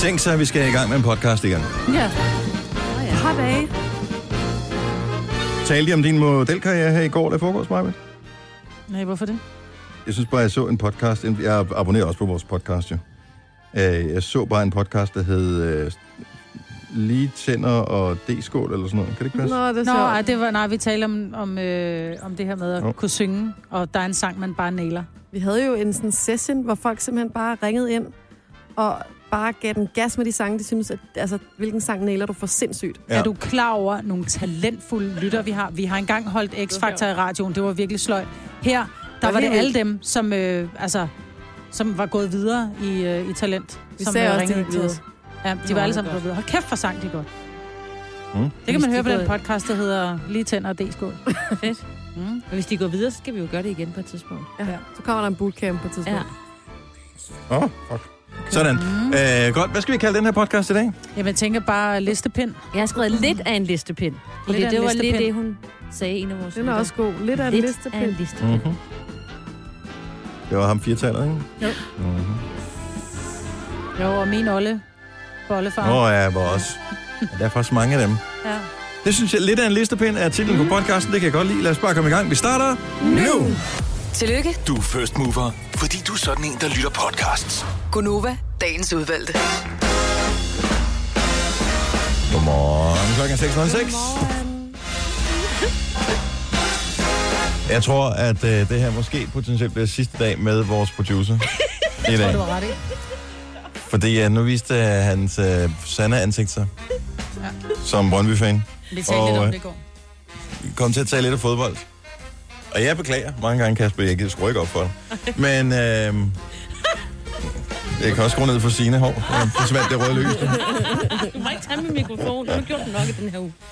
Tænk så, at vi skal i gang med en podcast igen. Ja. Par dage. Talte I om din modelkarriere her i går, der foregås, Maja? Nej, hvorfor det? Jeg synes bare, jeg så en podcast. Jeg abonnerer også på vores podcast, jo. Jeg så bare en podcast, der hed Lige Tænder og D-skål, eller sådan noget. Kan det ikke passe? Vi taler om det her med at kunne synge, og der er en sang, man bare nailer. Vi havde jo en sådan session, hvor folk simpelthen bare ringede ind og bare gav den gas med de sange, de synes, at, altså, hvilken sang nailer du for sindssygt. Ja. Er du klar over nogle talentfulde lytter, vi har? Vi har engang holdt X-Factor i radioen, det var virkelig sløjt. Her, der var det alle dem, som var gået videre i talent. Vi som sagde også, ringede til os. Ja, de var alle sammen gået videre. Hold kæft for sang, de godt. Det kan man høre på den podcast, der hedder Lige Tænder og D-skål. Fedt. Og hvis de går videre, så skal vi jo gøre det igen på et tidspunkt. Ja. Så kommer der en bootcamp på et tidspunkt. Ja. Fuck. Sådan. Godt. Hvad skal vi kalde den her podcast i dag? Jamen, jeg tænker bare listepind. Jeg har skrevet lidt af en listepind. Fordi det var lidt det, hun sagde, en af vores. Den er også god. Lidt af en listepind. Mm-hmm. Det var ham 4-tallet, ikke? Jo. Mm-hmm. Jo, og min bollefar. Ja, hvor også. Der er faktisk mange af dem. Ja. Det synes jeg, lidt af en listepind er titlen på podcasten. Det kan jeg godt lide. Lad os bare komme i gang. Vi starter nu! Tillykke. Du er first mover, fordi du er sådan en, der lytter podcasts. Gunova, dagens udvalgte. Godmorgen. Klokken 6:06. Jeg tror, at det her måske potentielt bliver sidste dag med vores producer. Jeg tror, du var ret i. Fordi nu viste hans sande ansigt sig. Ja. Som Brøndby-fan. Vi talte lidt om det i går. Vi kom til at tale lidt af fodbold. Og jeg beklager mange gange, Kasper, jeg skruer ikke op for dig. Men jeg kan også skrue ned for Signe hår. Det forsvandt det røde lys. Du må ikke tage min mikrofon. Du har gjort det nok i den her uge.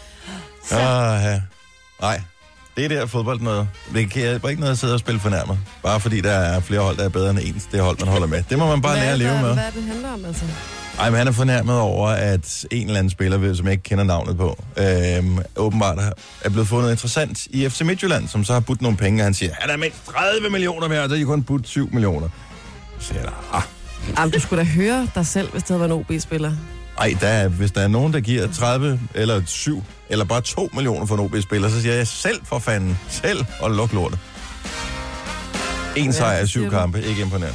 Nej, det er der fodbold noget. Det er ikke noget at sidde og spille fornærmet. Bare fordi der er flere hold, der er bedre end ens. Det hold, man holder med. Det må man bare lære at leve med. Hvad det handler om, altså? Ej, men han er fornærmet over, at en eller anden spiller, som jeg ikke kender navnet på, åbenbart er blevet fundet interessant i FC Midtjylland, som så har budt nogle penge, og han siger, han er mindst 30 millioner mere, og så har de kun budt 7 millioner. Så siger jeg, Jamen, du skulle da høre dig selv, hvis det havde været en OB-spiller. Ej, hvis der er nogen, der giver 30 eller 7 eller bare 2 millioner for en OB-spiller, så siger jeg selv for fanden, selv og luk lortet. En sejr af 7 kampe, ikke imponerende.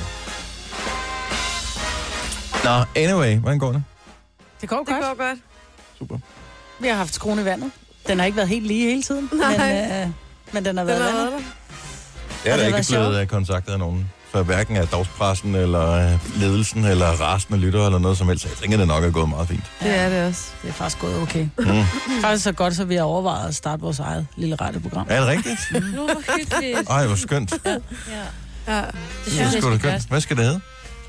Nå, anyway, hvordan går det? Det går godt. Super. Vi har haft skruen i vandet. Den har ikke været helt lige hele tiden, men den har været vandet. Jeg er da ikke blevet kontaktet af nogen. Så hverken af dagspressen, eller ledelsen, eller rasende lyttere, eller noget som helst. Jeg tænker, det nok er gået meget fint. Det er det også. Det er faktisk gået okay. Faktisk så godt, så vi har overvejet at starte vores eget lille radioprogram. Er det rigtigt? Hvor hyggeligt. Ej, hvor skønt. Ja. Det synes jeg, det skønt. Hvad skal det hedde?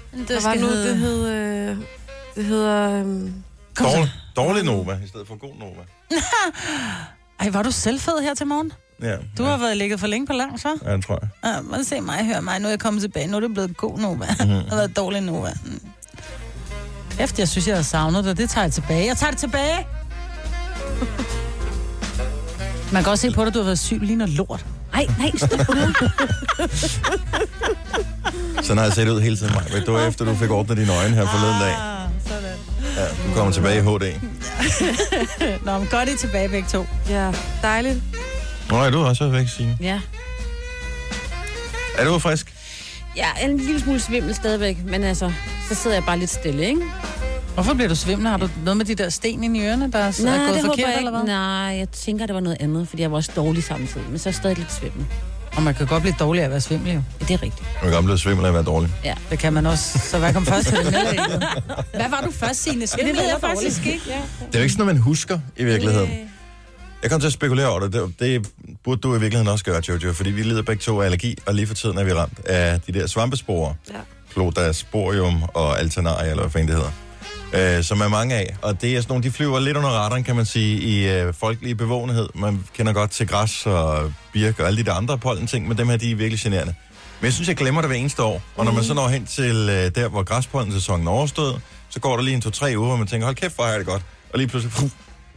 Det hedder... Dårlig Nova, i stedet for god Nova. Ej, var du selv fed her til morgen? Ja. Du har været ligget for længe på langs, hva'? Ja, det tror jeg. Ja, man se mig, hør mig. Nu er jeg kommet tilbage. Nu er det blevet god Nova. Det har været dårlig Nova. Efter jeg synes, jeg har savnet det. Det tager jeg tilbage. Jeg tager det tilbage! Man kan også se på dig, du har været syg lige noget lort. Nej, stop nu. Sådan har jeg set ud hele tiden, Maja. Det var efter, du fik ordnet dine øjne her forleden dag. Sådan. Ja, du kommer tilbage i HD. Nå, men godt I tilbage begge to. Ja, dejligt. Nå, du har også været væk, Signe. Ja. Er du frisk? Ja, en lille smule svimmel stadigvæk, men altså, så sidder jeg bare lidt stille, ikke? Hvorfor bliver du svimmel? Har du noget med de der sten i ørerne, der er gået forkert, eller hvad? Nej, jeg tænker, det var noget andet, fordi jeg var også dårlig samtidig, men så er jeg stadig lidt svimmel. Og man kan godt blive dårlig af at være svimmel, jo. Ja, det er rigtigt. Man kan godt blive svimmel af at være dårlig. Ja. Det kan man også. Så hvad kom først til det? Hvad var du først, Signe? Svimmel det ved jeg eller faktisk dårlig? ikke. Ja. Det er jo ikke sådan noget, man husker i virkeligheden. Jeg kom til at spekulere over det. Det burde du i virkeligheden også gøre, Jojo, fordi vi lider begge to af allergi, og lige for tiden er vi ramt af de der svampesporer. Ja. Clodasporium og Alternaria, eller hvad fanden det hedder. Som er mange af. Og det er sådan nogle, de flyver lidt under radaren, kan man sige, i folkelig bevågenhed. Man kender godt til græs og birk og alle de der andre pollenting, men dem her, de er virkelig generende. Men jeg synes, jeg glemmer det hver eneste år. Og når man så når hen til der, hvor græspollensæsonen er overstået, så går der lige 2-3 uger, hvor man tænker, hold kæft, hvor har jeg det godt. Og lige pludselig,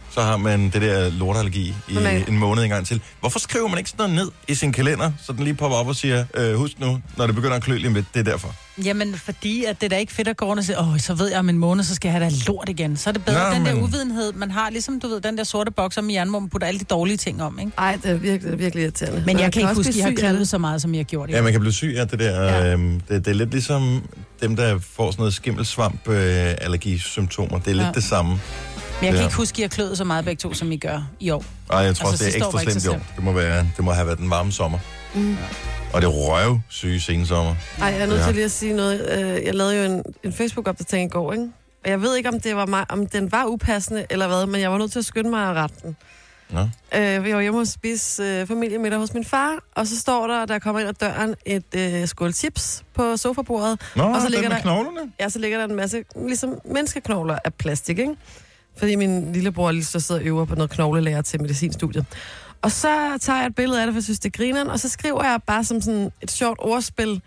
så har man det der lortallergi i en måned en gang til. Hvorfor skriver man ikke sådan noget ned i sin kalender, så den lige popper op og siger, husk nu, når det begynder at klø lige midt, det er derfor? Jamen, fordi at det er da ikke fedt at gå rundt og sige, så ved jeg om en måned, så skal jeg have da lort igen. Så er det bedre, den der uvidenhed, man har, ligesom du ved, den der sorte boks om i hjernen, hvor man putter alle de dårlige ting om, ikke? Ej, det er virkelig irriterende. Men jeg kan ikke huske, at jeg har kløet så meget, som jeg har gjort. Ja, man kan blive syg af det der. Ja. Det er lidt ligesom dem, der får sådan noget skimmelsvamp-allergisymptomer. Det er lidt det samme. Men jeg kan ikke huske, at jeg har kløet så meget begge to, som I gør i år. Nej, jeg tror også, det er ekstra slemt i år. Det må have været den varme sommer. Ja. Og det røvsyge sensommer. Ej, jeg er nødt til lige at sige noget. Jeg lavede jo en Facebook-opdatering i går, ikke? Og jeg ved ikke, om det var mig, om den var upassende eller hvad, men jeg var nødt til at skynde mig at rette den. Vi var hjemme og spise familiemiddag hos min far, og så står der kommer ind ad døren et skål chips på sofabordet. Og så ligger der knoglerne? Ja, så ligger der en masse ligesom menneskeknogler af plastik, ikke? Fordi min lillebror lige så sidder og øver på noget knoglelærer til medicinstudiet. Og så tager jeg et billede af det, for jeg synes, det griner, og så skriver jeg bare som sådan et sjovt ordspil,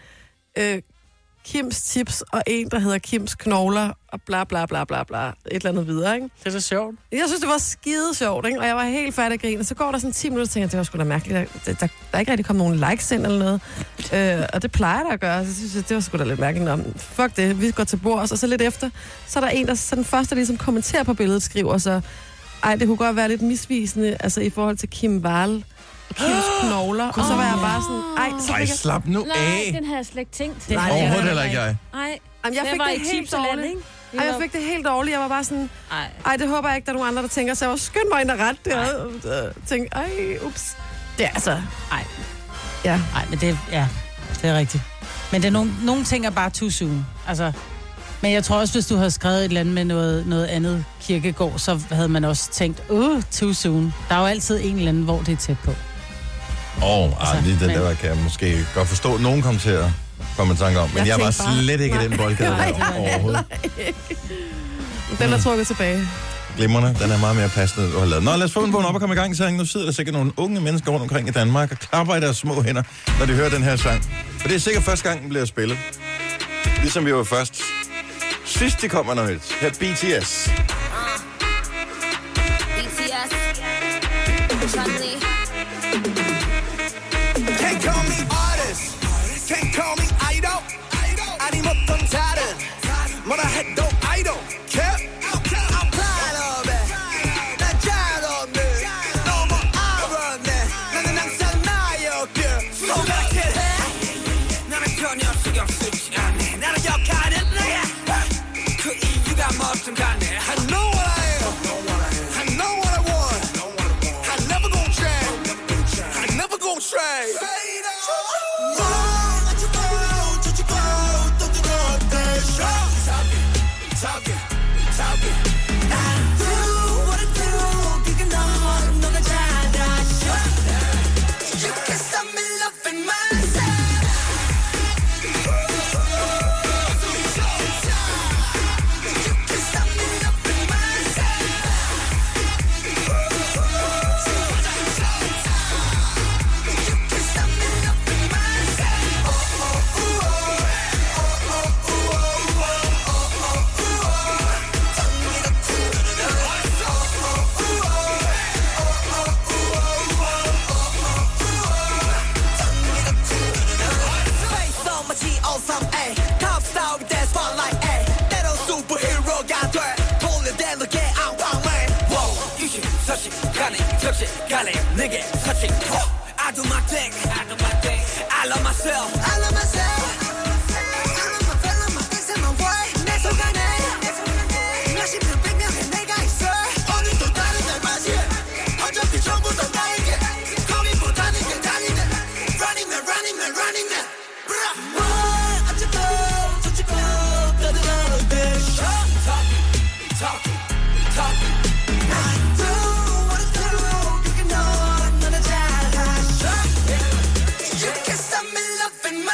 Kims chips og en, der hedder Kims knogler, og bla bla bla bla bla, et eller andet videre, ikke? Det er så sjovt. Jeg synes, det var skide sjovt, ikke? Og jeg var helt færdig at grine. Så går der sådan 10 minutter, og tænker, det var sgu da mærkeligt. Der er ikke rigtig kommet nogen likes ind eller noget. Og det plejer der at gøre, så synes jeg, det var sgu da lidt mærkeligt. Fuck det, vi går til bords, og så lidt efter, så er der en, der så den første, der ligesom kommenterer på billedet, skriver så, ej, det kunne godt være lidt misvisende, altså i forhold til Kim Wall og Kims knogler. Og så var jeg bare sådan, ej, slap nu af. Nej, den har jeg slet ikke tænkt. Nej, overhovedet heller ikke jeg. Nej, jeg fik det helt dårligt. Ej, jeg fik det helt dårligt. Jeg var bare sådan, ej, det håber jeg ikke, der er nogen andre, der tænker. Så jeg var skyndt mig ind og ret der. Og tænkte, ups. Det er altså, ja. Ej, men det er rigtigt. Men det er nogle ting er bare too soon. Altså, men jeg tror også, hvis du havde skrevet et eller andet med noget andet Kierkegaard, så havde man også tænkt, too soon. Der er jo altid en eller anden, hvor det er tæt på. Lige det der kan jeg måske godt forstå. Nogen kom til at komme en tanke om, men jeg var slet ikke i den boldgade der overhovedet. Den er trukket tilbage. Glimrende, den er meget mere passende, du har lavet. Nå, lad os få en vågen op og komme i gang i sangen. Nu sidder der sikkert nogle unge mennesker rundt omkring i Danmark og klapper i deres små hænder, når de hører den her sang. For det er sikkert første gang, den bliver spillet. Ligesom vi var først. Sidst de kommer noget nyt. Her BTS. Can't call me artist, can't call me idol. 아니었던 다른 뭐라 해도 idol. I'm proud of it. 난 잘없네. 너무 알았네. 나는 항상 나였길. 소각해. 나는 전혀 신경 쓰지 않네. 나는 역할은 내가. 그 이유가 뭐든 간에. I know what I am. I know what I want. I never gon' change. I never gon' trade. Nigga, touching I do my thing. I love myself. I love myself. I love my fella, my face and my way. 내 속안에 몇십 명, 100명의 내가 있어. 오늘도 다른 날 맞이. 어차피 전부 다 나에게. 거리보다는 게 달리네. Running man, running man, running man. 어쩌고 저쩌고 떠들어도 돼. Talking. You can stop me loving my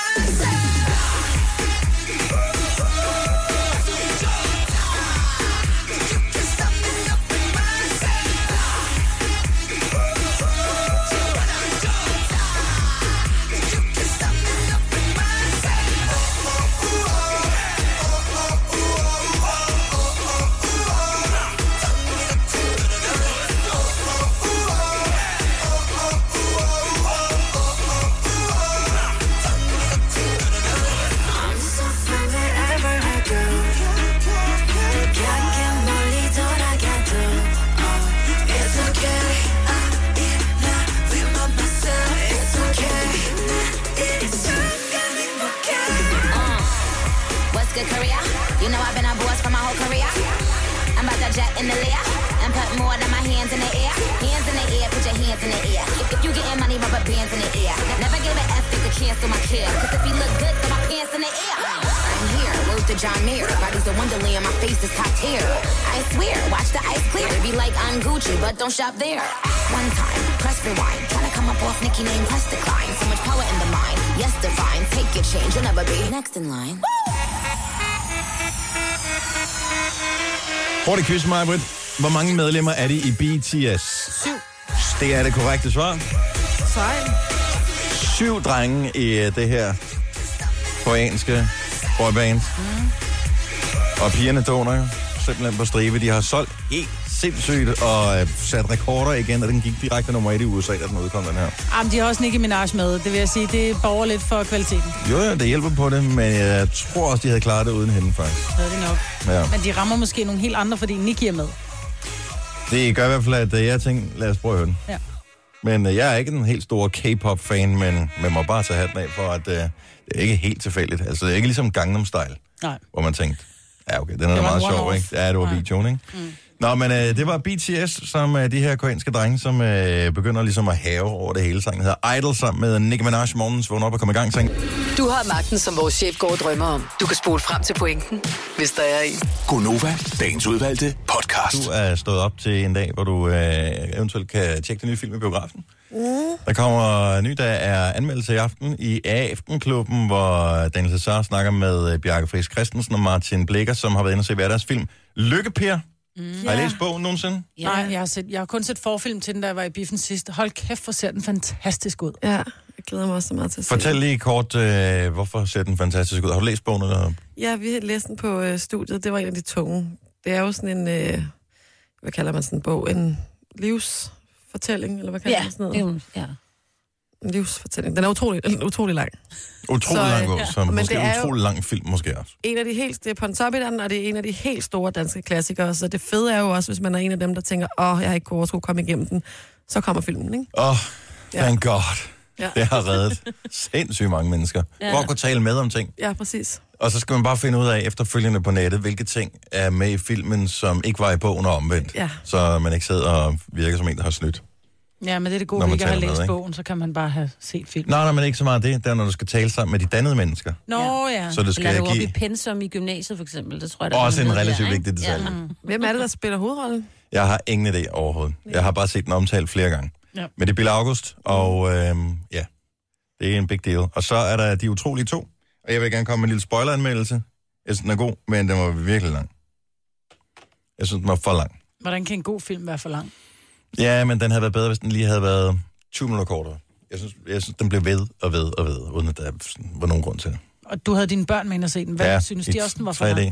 to Korea. You know I've been a boss for my whole career. I'm about to jet in the layer and put more than my hands in the air. Hands in the air, put your hands in the air. If you getting money, rubber bands in the air. Never gave an F, they could cancel my care. Cause if you look good, throw my pants in the air. I'm here, word to John Mayer. Body's a wonderland, my face is top tier. I swear, watch the ice clear. It be like I'm Gucci, but don't shop there. One time, press rewind. Tryna come up off Nicki name, press decline. So much power in the mind. Yes, divine. Take your change, you'll never be next in line. Hurtig quiz, Majbrit. Hvor mange medlemmer er de i BTS? 7. Det er det korrekte svar. 7 drenge i det her koreanske boyband. Og pigerne doner simpelthen på stribe. De har solgt helt sindssygt og sat rekorder igen, og den gik direkte nummer 1 i USA, da den udkom, den her. Jamen, de har også Nicki Minaj med. Det vil jeg sige, det borger lidt for kvaliteten. Jo, det hjælper på det, men jeg tror også, de havde klaret det uden hende, faktisk. Det er det nok. Ja. Men de rammer måske nogle helt andre, fordi Nicki er med. Det gør i hvert fald, at jeg tænkte, lad os prøve at høre den. Ja. Men jeg er ikke en helt stor K-pop-fan, men man må bare tage hatten af for, at det er ikke helt tilfældigt. Altså, det er ikke ligesom Gangnam Style, Nej. hvor man tænkte, ja okay, den er meget sjov, ikke? Ja, det var videoen, ikke? Mm. Nå, men det var BTS, som de her koreanske drenge, som begynder ligesom at have over det hele. Sangen hedder Idol, sammen med Nicki Minaj. Morgens vågn op og komme i gang, sang. Du har magten, som vores chef går og drømmer om. Du kan spole frem til pointen, hvis der er en. Gonova, dagens udvalgte podcast. Du er stået op til en dag, hvor du eventuelt kan tjekke den nye film i biografen. Der kommer ny, der er anmeldelse i aften i Aftenklubben, hvor Daniel Cesar snakker med Bjarke Friis Christensen og Martin Blikker, som har været inde og se hverdagsfilm. Lykke-Per. Har I læst bogen nogensinde? Ja. Nej, jeg har kun set forfilm til den, der var i biffen sidst. Hold kæft, hvor ser den fantastisk ud. Ja, jeg glæder mig også så meget til at se. Fortæl lige kort, hvorfor ser den fantastisk ud. Har du læst bogen? Eller? Ja, vi har læst den på studiet. Det var en af de tunge. Det er jo sådan en, hvad kalder man sådan en bog? En livsfortælling, eller hvad kalder man sådan noget? Ja. En livsfortælling. Den er utrolig lang. Utrolig lang bog, så måske det er utrolig lang film måske også. En af de helt, det er Pontoppidan, og det er en af de helt store danske klassikere, så det fede er jo også, hvis man er en af dem, der tænker, jeg har ikke kunnet overskue komme igennem den, så kommer filmen, ikke? Thank God. Ja. Det har reddet sindssygt mange mennesker. Ja. Hvor kunne tale med om ting. Ja, præcis. Og så skal man bare finde ud af efterfølgende på nettet, hvilke ting er med i filmen, som ikke var i bogen og omvendt. Ja. Så man ikke sidder og virker som en, der har snydt. Ja, men det er det gode, at ikke har læst bogen, så kan man bare have set filmen. Nej, men ikke så meget det. Det er, når du skal tale sammen med de dannede mennesker. Nå, ja. Så det skal Eller du give... op i pensum i gymnasiet, for eksempel. Det tror jeg, der også en relativt vigtig detalje. Ja. Hvem er det, der spiller hovedrollen? Jeg har ingen idé overhovedet. Jeg har bare set den omtalt flere gange. Ja. Men det er Bille August, og ja, det er en big deal. Og så er der De Utrolige 2, og jeg vil gerne komme med en lille spoileranmeldelse. Jeg synes, den er god, men den var virkelig lang. Jeg synes, den var for lang. Hvordan kan en god film være for lang? Ja, men den havde været bedre, hvis den lige havde været 20 minutter kortere. Jeg synes den blev ved, uden at der var nogen grund til det. Og du havde dine børn med ind at se den. Hvad synes de også, den var for lang?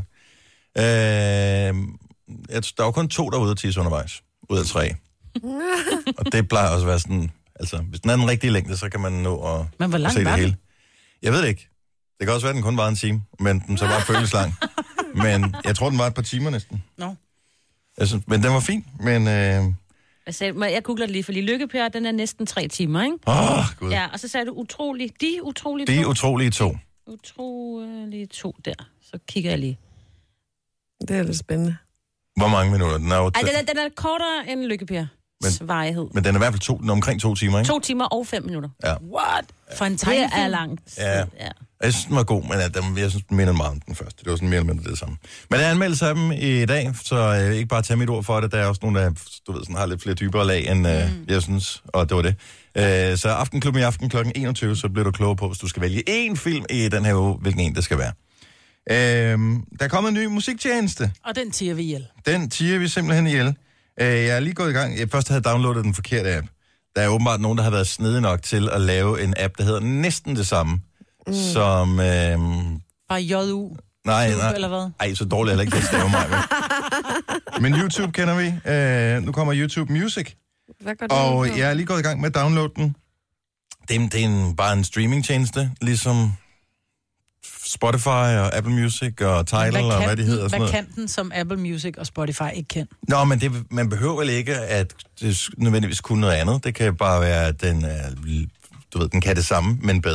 Der var kun 2 derude at tisse undervejs. Ud af 3. Og det plejer også at være sådan... Altså, hvis den er den rigtige længde, så kan man nå at, men hvor lang se det var hele. Den? Jeg ved det ikke. Det kan også være, at den kun var en time, men den så bare føles lang. Men jeg tror, den var et par timer næsten. No. Men den var fin, men... Jeg googler det lige, fordi Lykke-Per, den er næsten 3 timer, ikke? Gud. Ja, og så sagde du De Utrolige 2. De Utrolige 2. Utrolige 2 der. Så kigger jeg lige. Det er lidt spændende. Hvor mange minutter? Den er den er kortere end Lykke-Per. Varighed. Men den er i hvert fald omkring 2 timer, ikke? 2 timer og 5 minutter. Ja. What? For en tegnefilm? Det er langt. Ja. Jeg synes, den var god, men jeg synes, den minder meget om den første. Det var sådan mere eller mindre det samme. Men der er anmeldelse af dem i dag, så ikke bare tage mit ord for det. Der er også nogle, der sådan, har lidt flere dybere lag, end jeg synes, og det var det. Så Aftenklubben i aften kl. 21, så bliver du klogere på, hvis du skal vælge én film i den her uge, hvilken en det skal være. Der er kommet en ny musiktjeneste. Og den tiger vi ihjel. Den tiger vi simpelthen ihjel. Jeg er lige gået i gang. Jeg først havde downloadet den forkerte app. Der er åbenbart nogen, der har været snedig nok til at lave en app, der hedder næsten det samme, som... Bare JU? Nej, eller hvad? Ej, så dårligt heller ikke, det stave mig. Men YouTube kender vi. Nu kommer YouTube Music. Og jeg er lige gået i gang med at downloade den. Det er bare en streamingtjeneste, ligesom Spotify og Apple Music og Tidal og hvad de hedder. Hvad kan den, som Apple Music og Spotify ikke kan? Nå, men man behøver vel ikke, at det nødvendigvis kunne noget andet. Det kan bare være, at den kan det samme, men bedre.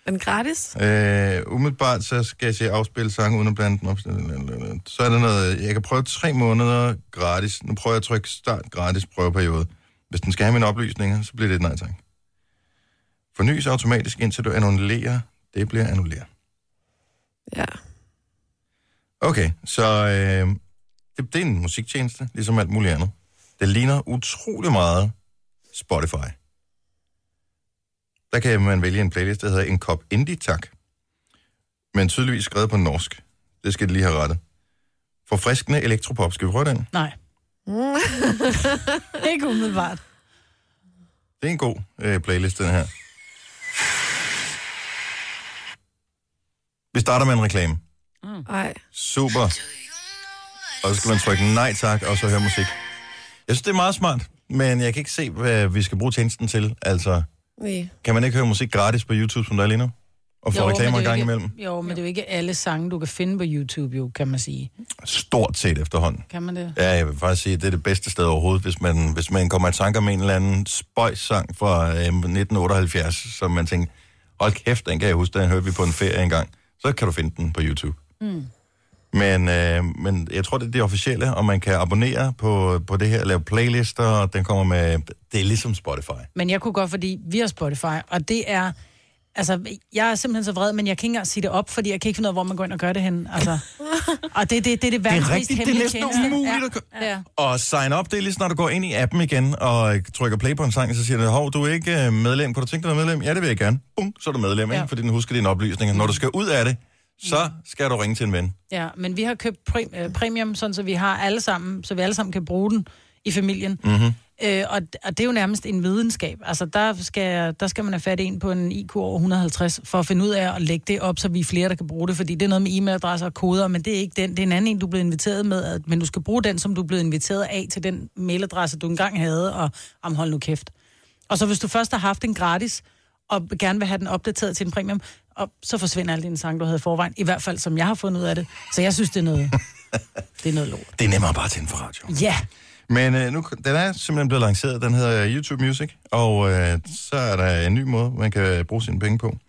Er den gratis? Umiddelbart, så skal jeg sige afspille sange uden at blande den op. Så er der noget, jeg kan prøve 3 måneder gratis. Nu prøver jeg at trykke start gratis prøveperiode. Hvis den skal have mine oplysninger, så bliver det et nej tak. Fornyes automatisk, indtil du annullerer. Det bliver annulleret. Ja. Okay, så det er en musiktjeneste, ligesom alt muligt andet. Det ligner utrolig meget Spotify. Der kan man vælge en playlist, der hedder En Kop Indie, tak. Men tydeligvis skrevet på norsk. Det skal det lige have rettet. Forfriskende elektropop. Skal vi prøve den? Nej. Ikke umiddelbart. Det er en god playlist, den her. Vi starter med en reklame. Ej. Super. Og så skal man trykke nej tak, og så høre musik. Jeg synes, det er meget smart, men jeg kan ikke se, hvad vi skal bruge tjenesten til. Altså, kan man ikke høre musik gratis på YouTube, som der er lige nu? Og få reklamer en gang imellem? Jo, men det er jo ikke alle sange, du kan finde på YouTube, jo, kan man sige. Stort set efterhånden. Kan man det? Ja, jeg vil faktisk sige, at det er det bedste sted overhovedet, hvis man kommer i tanke om en eller anden spøjssang fra 1978, som man tænker, hold kæft, den kan jeg huske, den hørte vi på en ferie engang. Så kan du finde den på YouTube. Mm. Men jeg tror, det er det officielle, og man kan abonnere på det her, lave playlister, og den kommer med, det er ligesom Spotify. Men jeg kunne godt, fordi vi har Spotify, og det er, altså, jeg er simpelthen så vred, men jeg kan ikke engang sige det op, fordi jeg kan ikke finde ud af, hvor man går ind og gør det hen. Altså. Og det er det verdens mest hemmelige tjeneste. Det er næsten umuligt at og sign up, det er lige når du går ind i appen igen, og trykker play på en sang, så siger det, hov, du er ikke medlem, kan du tænke dig at være medlem? Ja, det vil jeg gerne. Bum, så er du medlem, ikke? Fordi den husker dine oplysninger. Når du skal ud af det, så skal du ringe til en ven. Ja, men vi har købt premium, sådan så vi har alle sammen, så vi alle sammen kan bruge den i familien. Mm-hmm. Og det er jo nærmest en videnskab. Altså, der skal man have fat en på en IQ over 150, for at finde ud af at lægge det op, så vi er flere, der kan bruge det. Fordi det er noget med e-mailadresser og koder, men det er ikke den. Det er en anden en, du er blevet inviteret med. Men du skal bruge den, som du er blevet inviteret af, til den mailadresse, du engang havde, og hold nu kæft. Og så hvis du først har haft en gratis, og gerne vil have den opdateret til en premium, og så forsvinder alle dine sange, du havde i forvejen. I hvert fald, som jeg har fundet ud af det. Så jeg synes, det er noget lort. Det er nemmere bare at tænde for radio. Ja. Men nu, den er simpelthen blevet lanceret. Den hedder YouTube Music, og så er der en ny måde, man kan bruge sine penge på.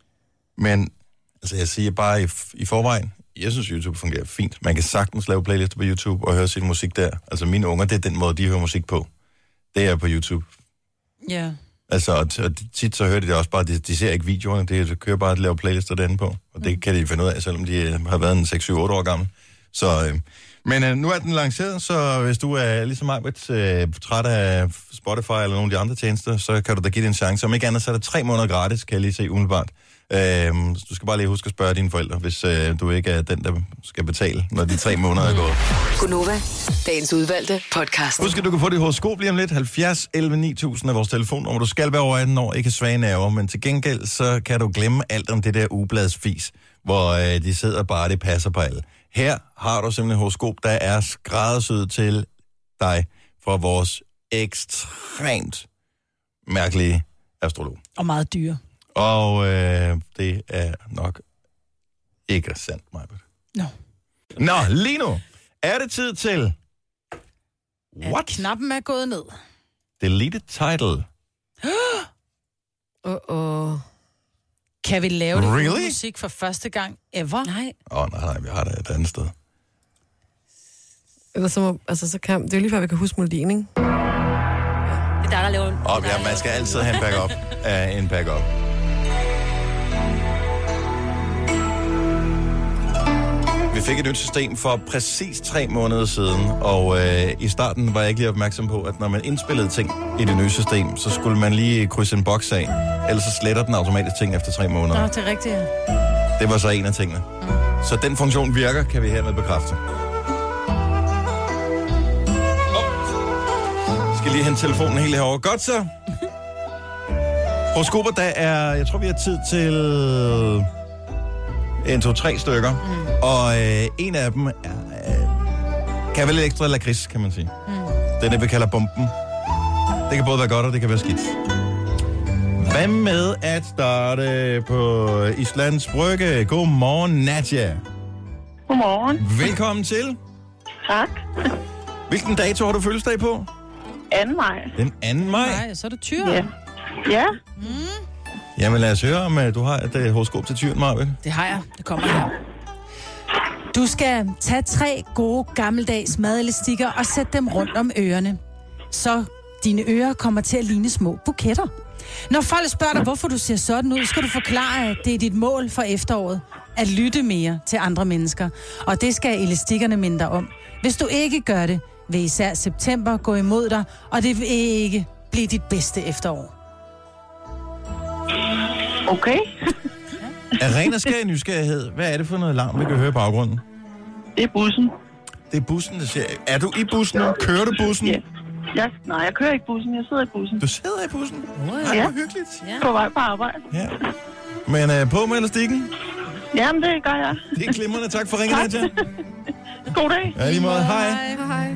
Men altså, jeg siger bare i forvejen, jeg synes, YouTube fungerer fint. Man kan sagtens lave playlister på YouTube og høre sin musik der. Altså, mine unger, det er den måde, de hører musik på. Det er på YouTube. Ja. Yeah. Altså, og tit så hører de det også bare, de ser ikke videoerne, de kører bare at lave playlister derinde på. Og det kan de finde ud af, selvom de har været en 6-7-8 år gammel. Så, men nu er den lanceret, så hvis du er ligesom mig træt af Spotify eller nogle af de andre tjenester, så kan du da give det en chance. Om ikke andet, så er det 3 måneder gratis, kan jeg lige se umiddelbart. Du skal bare lige huske at spørge dine forældre, hvis du ikke er den, der skal betale, når de 3 måneder er gået. Gunova, dagens udvalgte podcast. Husk, at du kan få dit horoskop lige om lidt. 70 11 9000 af vores telefonnummer. Du skal være over 18 år, ikke svage nerver, men til gengæld, så kan du glemme alt om det der ugebladsfis, hvor de sidder bare, det passer på alle. Her har du simpelthen et horoskop, der er skræddersyet til dig fra vores ekstremt mærkelige astrolog. Og meget dyre. Og det er nok ikke sandt, Majbert. Nå, lige nu er det tid til... What? Knappen er gået ned. Deleted title. Kan vi lave det musik for første gang ever? Nej. Nej, vi har det et andet sted. Eller så må, altså, så kan, det er jo lige før, vi kan huske melodien, ikke? Det er der laver en... Ja, man skal altid have en backup af en backup. Vi fik et nyt system for præcis 3 måneder siden, og i starten var jeg ikke lige opmærksom på, at når man indspillede ting i det nye system, så skulle man lige krydse en boks af, ellers så sletter den automatisk ting efter 3 måneder. Nå, det er rigtigt, ja. Det var så en af tingene. Så den funktion virker, kan vi hermed bekræfte. Skal lige hente telefonen helt herovre. Godt så. Horoskoper, der er, jeg tror vi har tid til 1, 2, 3 stykker. Og en af dem kan være lidt ekstra lakrids, kan man sige. Det er det, vi kalder bomben. Det kan både være godt, og det kan være skidt. Hvad med at starte på Islands Brygge? Godmorgen, Nadja. Godmorgen. Velkommen til. Tak. Hvilken dato har du fødselsdag på? 2. maj. Den 2. maj? Nej, så er det tyren. Ja. Jamen lad os høre, om du har et horoskop til tyren, Marvind. Det har jeg. Det kommer her. Du skal tage 3 gode gammeldags madelastikker og sætte dem rundt om ørerne. Så dine ører kommer til at ligne små buketter. Når folk spørger dig, hvorfor du ser sådan ud, skal du forklare, at det er dit mål for efteråret. At lytte mere til andre mennesker. Og det skal elastikkerne minde dig om. Hvis du ikke gør det, vil især september gå imod dig, og det vil ikke blive dit bedste efterår. Okay. Af ren og skær nysgerrighed, hvad er det for noget larm, vi kan høre i baggrunden? Det er bussen. Det er bussen, der siger. Er du i bussen nu? Kører du bussen? Ja. Nej, jeg kører ikke bussen. Jeg sidder i bussen. Du sidder i bussen? Ej, Ja. hvor hyggeligt. På vej på arbejde. Ja. Men på med elastikken? Jamen, det gør jeg. Det er glimrende. Tak for ringen, Nadja. God dag. Ja, lige måde. Hej. Hej.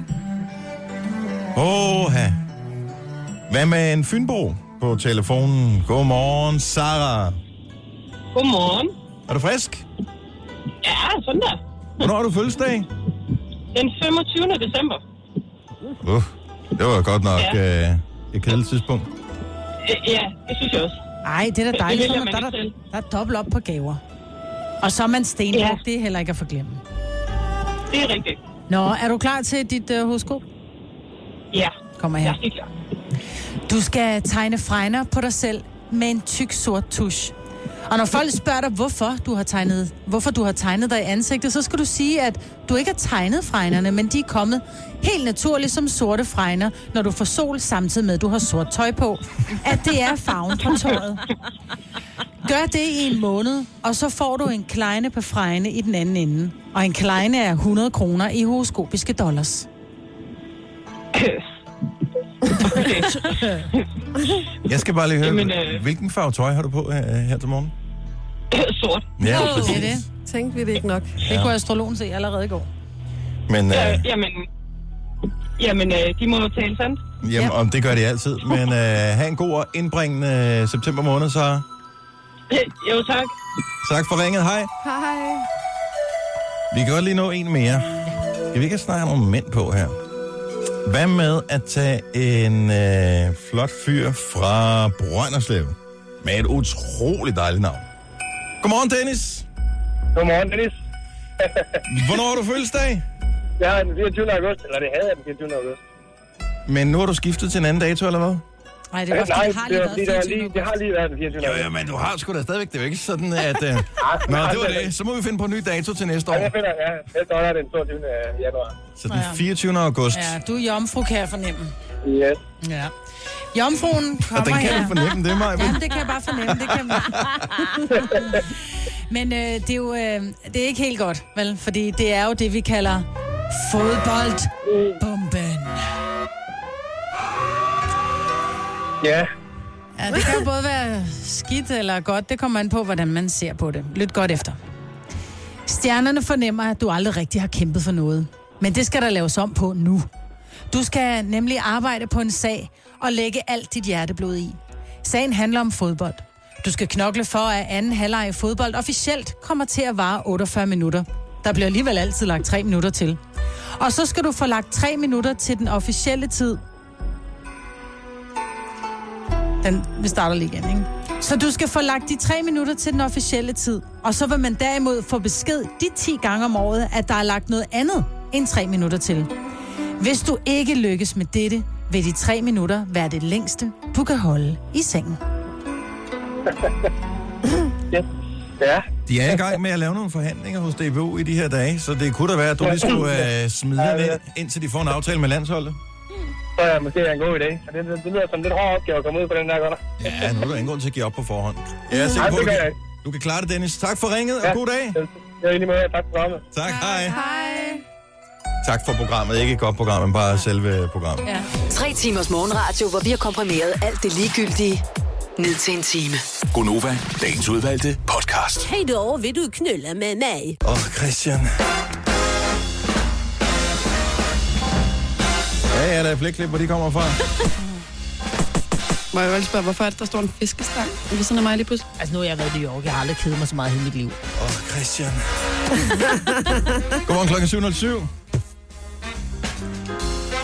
Hvad med en fynbo på telefonen? Godmorgen, Sara. Godmorgen. Er du frisk? Ja, sådan der. Hvornår har du fødselsdag? Den 25. december. Det var godt nok et kedeligt tidspunkt. Ja, det synes jeg også. Ej, det er da dejligt. Det vælger man Der ikke er dobbelt op på gaver. Og så er man stenbuk, Ja. det er heller ikke at forglemme. Det er rigtigt. Nå, er du klar til dit horoskop? Ja. Kommer her. Jeg er klar. Du skal tegne fregner på dig selv med en tyk sort tusch. Og når folk spørger dig, hvorfor du har tegnet dig i ansigtet, så skal du sige, at du ikke har tegnet fregnerne, men de er kommet helt naturligt som sorte fregner, når du får sol samtidig med, at du har sort tøj på. At det er farven på tøjet. Gør det i en måned, og så får du en kleine på fregne i den anden ende. Og en kleine er 100 kroner i horoskopiske dollars. Jeg skal bare lige høre, Jamen, hvilken farve tøj har du på her til morgen? Sort. Ja, Det præcis. er det. Tænkte vi det ikke nok. Det kunne astrologen se allerede i går. Men Jamen, de må jo tale sandt. jamen, om det gør de altid. Men have en god og indbringende september måned, så Jo, tak. tak for ringet. Hej. Hej. Vi kan godt lige nå en mere. Skal vi ikke snakke om nogle mænd på her? Hvad med at tage en flot fyr fra Brønderslev med et utroligt dejligt navn? Godmorgen, Dennis. Godmorgen, Dennis. Hvornår har du fødselsdag? Jeg har den 24. august, eller det havde jeg den 24. august. Men nu har du skiftet til en anden dato, eller hvad? Nej, det var fordi, det har lige været 24. Det har lige været den 24. august. Jo, men du har sgu da stadigvæk. Det er jo ikke sådan, at... Nå, det var det. Så må vi finde på en ny dato til næste år. Ja, jeg finder, næste år er den 22. januar. Så den 24. august. Ja, du er jomfru, kan jeg fornemme. Yes. Ja. Jomfruen Og kommer den kan her. du fornemme, det er mig. Ja, det kan jeg bare fornemme. Det kan Men det er jo det er ikke helt godt, vel? Fordi det er jo det, vi kalder fodboldbomben. Ja. Ja, det kan jo både være skidt eller godt. Det kommer an på, hvordan man ser på det. Lyt godt efter. Stjernerne fornemmer, at du aldrig rigtig har kæmpet for noget. Men det skal der laves om på nu. Du skal nemlig arbejde på en sag og lægge alt dit hjerteblod i. Sagen handler om fodbold. Du skal knokle for, at anden halvleg i fodbold officielt kommer til at vare 48 minutter. Der bliver alligevel altid lagt 3 minutter til. Og så skal du få lagt 3 minutter til den officielle tid. Vi starter lige igen, ikke? Så du skal få lagt de 3 minutter til den officielle tid. Og så vil man derimod få besked de 10 gange om året, at der er lagt noget andet end 3 minutter til. Hvis du ikke lykkes med dette, vil de 3 minutter være det længste, du kan holde i sengen. Ja. De er i gang med at lave nogle forhandlinger hos DBU i de her dage, så det kunne da være, at du lige skulle smide den indtil de får en aftale med landsholdet. Så er måske en god idé. Det lyder som lidt hård opgave at komme ud på den der godt. Ja, nu er der ingen grund til at give op på forhånd. Jeg er sikker på, du kan klare det, Dennis. Tak for ringet, og god dag. Jeg er lige med. Tak for programmet. Tak, hej. Hej. Tak for programmet. Ikke et godt program, men bare selve programmet. Ja. 3 timers morgenradio, hvor vi har komprimeret alt det ligegyldige ned til en time. Gonova, dagens udvalgte podcast. Hej då, vil du knulla med mig? Christian. Ja, der er flere klip, hvor de kommer fra. Må jeg jo spørge, hvorfor er det, der står en fiskestang ved sådan af mig lige pludselig? Altså, nu har jeg været i New York. Jeg har aldrig kedet mig så meget i hele mit liv. Christian. Godmorgen klokken 7.07.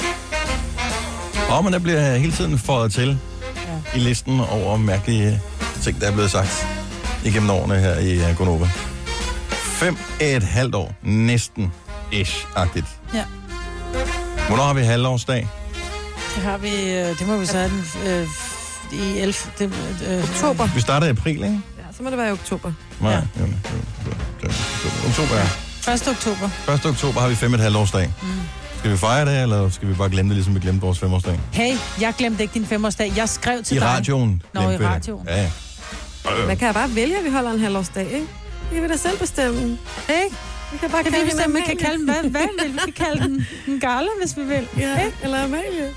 Men der bliver hele tiden fået til i listen over mærkelige ting, der er blevet sagt igennem årene her i Gonova. 5,5 år. Næsten ish-agtigt. Ja. Hvornår har vi halvårsdag? Det har vi, det må vi så have den i 11. Oktober. Vi starter i april, ikke? Ja, så må det være i oktober. Nej, ja. Oktober, ja. 1. oktober. 1. oktober har vi 5,5 årsdag. Skal vi fejre det, eller skal vi bare glemme det, ligesom vi glemte vores 5-årsdag? Hey, jeg glemte ikke din 5-årsdag. Jeg skrev til dig. dig. I radioen. Nå, i radioen. Ja. Man kan bare vælge, at vi holder en halvårsdag, ikke? Det kan vi da selv bestemme. Ikke? Vi kan bare kalde vi bestemme, vi kan kalde den, hvad vil vi kan kalde den? En gala, hvis vi vil. Ja, eller Amalie.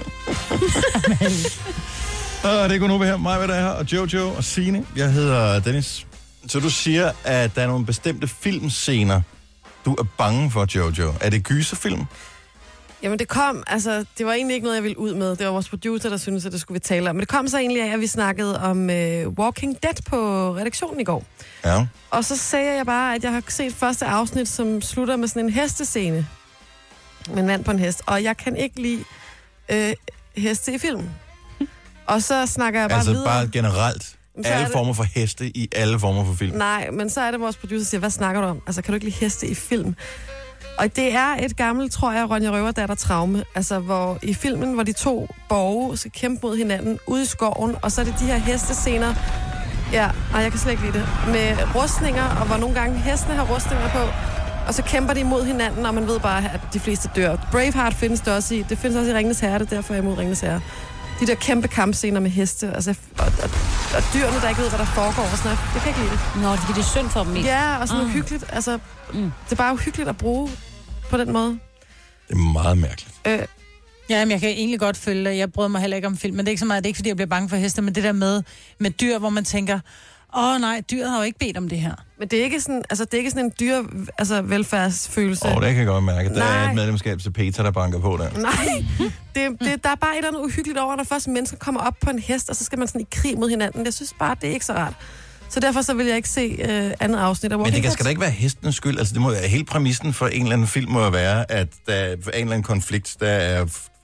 Det er Gunova her, mig, hvad der er her, og Jojo og Signe. Jeg hedder Dennis. Så du siger, at der er nogle bestemte filmscener, du er bange for, Jojo. Er det gyserfilm? Jamen det kom, altså det var egentlig ikke noget, jeg ville ud med. Det var vores producer, der syntes, at det skulle vi tale om. Men det kom så egentlig af, at vi snakkede om Walking Dead på redaktionen i går. Ja. Og så sagde jeg bare, at jeg har set første afsnit, som slutter med sådan en hestescene. Med en mand på en hest. Og jeg kan ikke lide heste i film. Og så snakker jeg bare altså videre. Altså bare generelt. Alle former for heste i alle former for film. Nej, men så er det vores producer, der siger, hvad snakker du om? Altså, kan du ikke lide heste i film? Og det er et gammelt, tror jeg, Ronja Røverdatter traume. Altså, hvor i filmen, hvor de to borge skal kæmpe mod hinanden ude i skoven, og så er det de her hestescener. Ja, og jeg kan slet ikke lide det. Med rustninger, og hvor nogle gange hestene har rustninger på, og så kæmper de mod hinanden, og man ved bare, at de fleste dør. Braveheart findes det også i. Det findes også i Ringenes Herre, det er derfor jeg er imod Ringenes Herre. De der kæmpe kampscener med heste, altså, og dyrene, der ikke ved, hvad der foregår, og sådan noget. Det kan jeg ikke lide det. Nå, det er synd for dem, ikke? Ja, og sådan uhyggeligt. Altså, det er bare uhyggeligt at bruge på den måde. Det er meget mærkeligt. Ja, men jeg kan egentlig godt følge det. Jeg bryder mig heller ikke om film, men det er ikke så meget, det er ikke, fordi jeg bliver bange for heste, men det der med dyr, hvor man tænker, nej, dyret har jo ikke bedt om det her. Men det er ikke sådan, det er ikke sådan en dyr, velfærdsfølelse. Det kan jeg godt mærke. Der er et medlemskab til Peter, der banker på der. Nej, der er bare et eller andet uhyggeligt over, når først mennesker kommer op på en hest, og så skal man sådan i krig mod hinanden. Jeg synes bare, det er ikke så rart. Så derfor så vil jeg ikke se andet afsnit af Walking Dead. Men det skal da ikke være hestens skyld. Altså, det må være hele præmissen for en eller anden film må være, at der er en eller anden konflikt, der er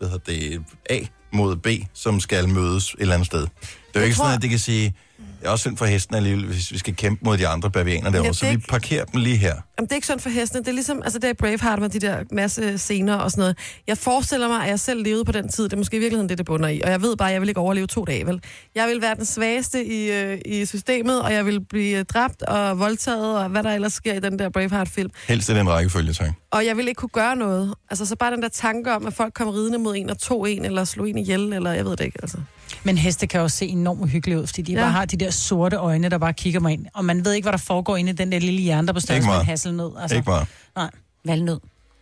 A mod B, som skal mødes et eller andet sted. Det er jo ikke sådan, at det kan sige, det er også synd for hesten alligevel, hvis vi skal kæmpe mod de andre bavianer derovre. Så vi parkerer dem lige her. Jamen, det er ikke synd for hestene. Det er ligesom, det er Braveheart med de der masse scener og sådan noget. Jeg forestiller mig, at jeg selv levede på den tid. Det er måske i virkeligheden det bunder i. Og jeg ved bare, at jeg vil ikke overleve 2 dage, vel? Jeg vil være den svageste i systemet, og jeg vil blive dræbt og voldtaget, og hvad der ellers sker i den der Braveheart-film. Helst i den rækkefølge, tak. Og jeg vil ikke kunne gøre noget. Altså, så bare den der tanke om, at folk kommer ridende mod en og tog en, eller slog en ihjel, eller jeg ved det ikke, altså. Men heste kan også se enormt uhyggelige ud, fordi de bare har de der sorte øjne, der bare kigger mig ind. Og man ved ikke, hvad der foregår inde i den der lille hjerne, der på størrelse med en hasselnød. Altså, ikke meget. Nej, valnød.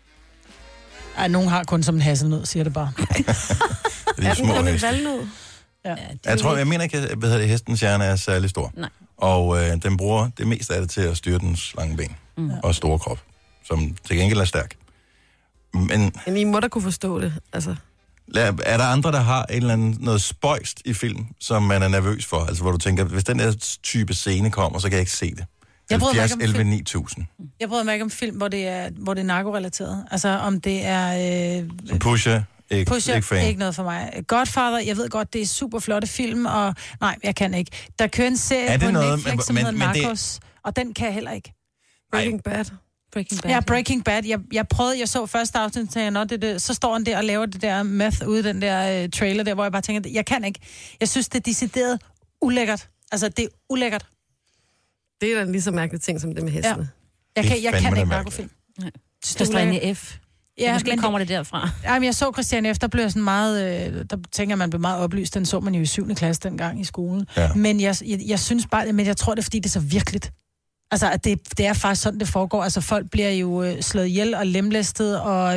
Ej, nogen har kun som en hasselnød, siger det bare. Det er små heste. Valnød? Ja. Jeg mener ikke, at hestens hjerne er særlig stor. Nej. Og den bruger det meste af det til at styre dens lange ben og store krop, som til gengæld er stærk. Men I må da kunne forstå det, altså. Er der andre, der har en eller anden, noget spøjst i film, som man er nervøs for? Altså, hvor du tænker, hvis den der type scene kommer, så kan jeg ikke se det. 70, 11, 9000. Jeg bryder mig ikke om film, hvor det er narkorelateret. Altså, om det er... Pusher, ikke fan. Ikke noget for mig. Godfather, jeg ved godt, det er super flotte film, og nej, jeg kan ikke. Der kører en serie på Netflix, som hedder Narcos, og den kan jeg heller ikke. Breaking Bad. Ja, Breaking Bad. Jeg så første afsnit, og tænkte, så står han der og laver det der meth ude i den der trailer der, hvor jeg bare tænker, jeg kan ikke. Jeg synes, det er decideret ulækkert. Altså, det er ulækkert. Det er da en lige så mærkelig ting, som det med hestene. Ja. Jeg kan ikke narkofilm. Christiane F. Ja, måske kommer det derfra. Jamen, jeg så Christiane F., der blev sådan meget... der tænker man blev meget oplyst. Den så man jo i 7. klasse dengang i skolen. Ja. Men jeg synes bare... Men jeg tror, det er, fordi det er så virkeligt. Altså, at det er faktisk sådan, det foregår. Altså, folk bliver jo slået ihjel og lemlæstet, og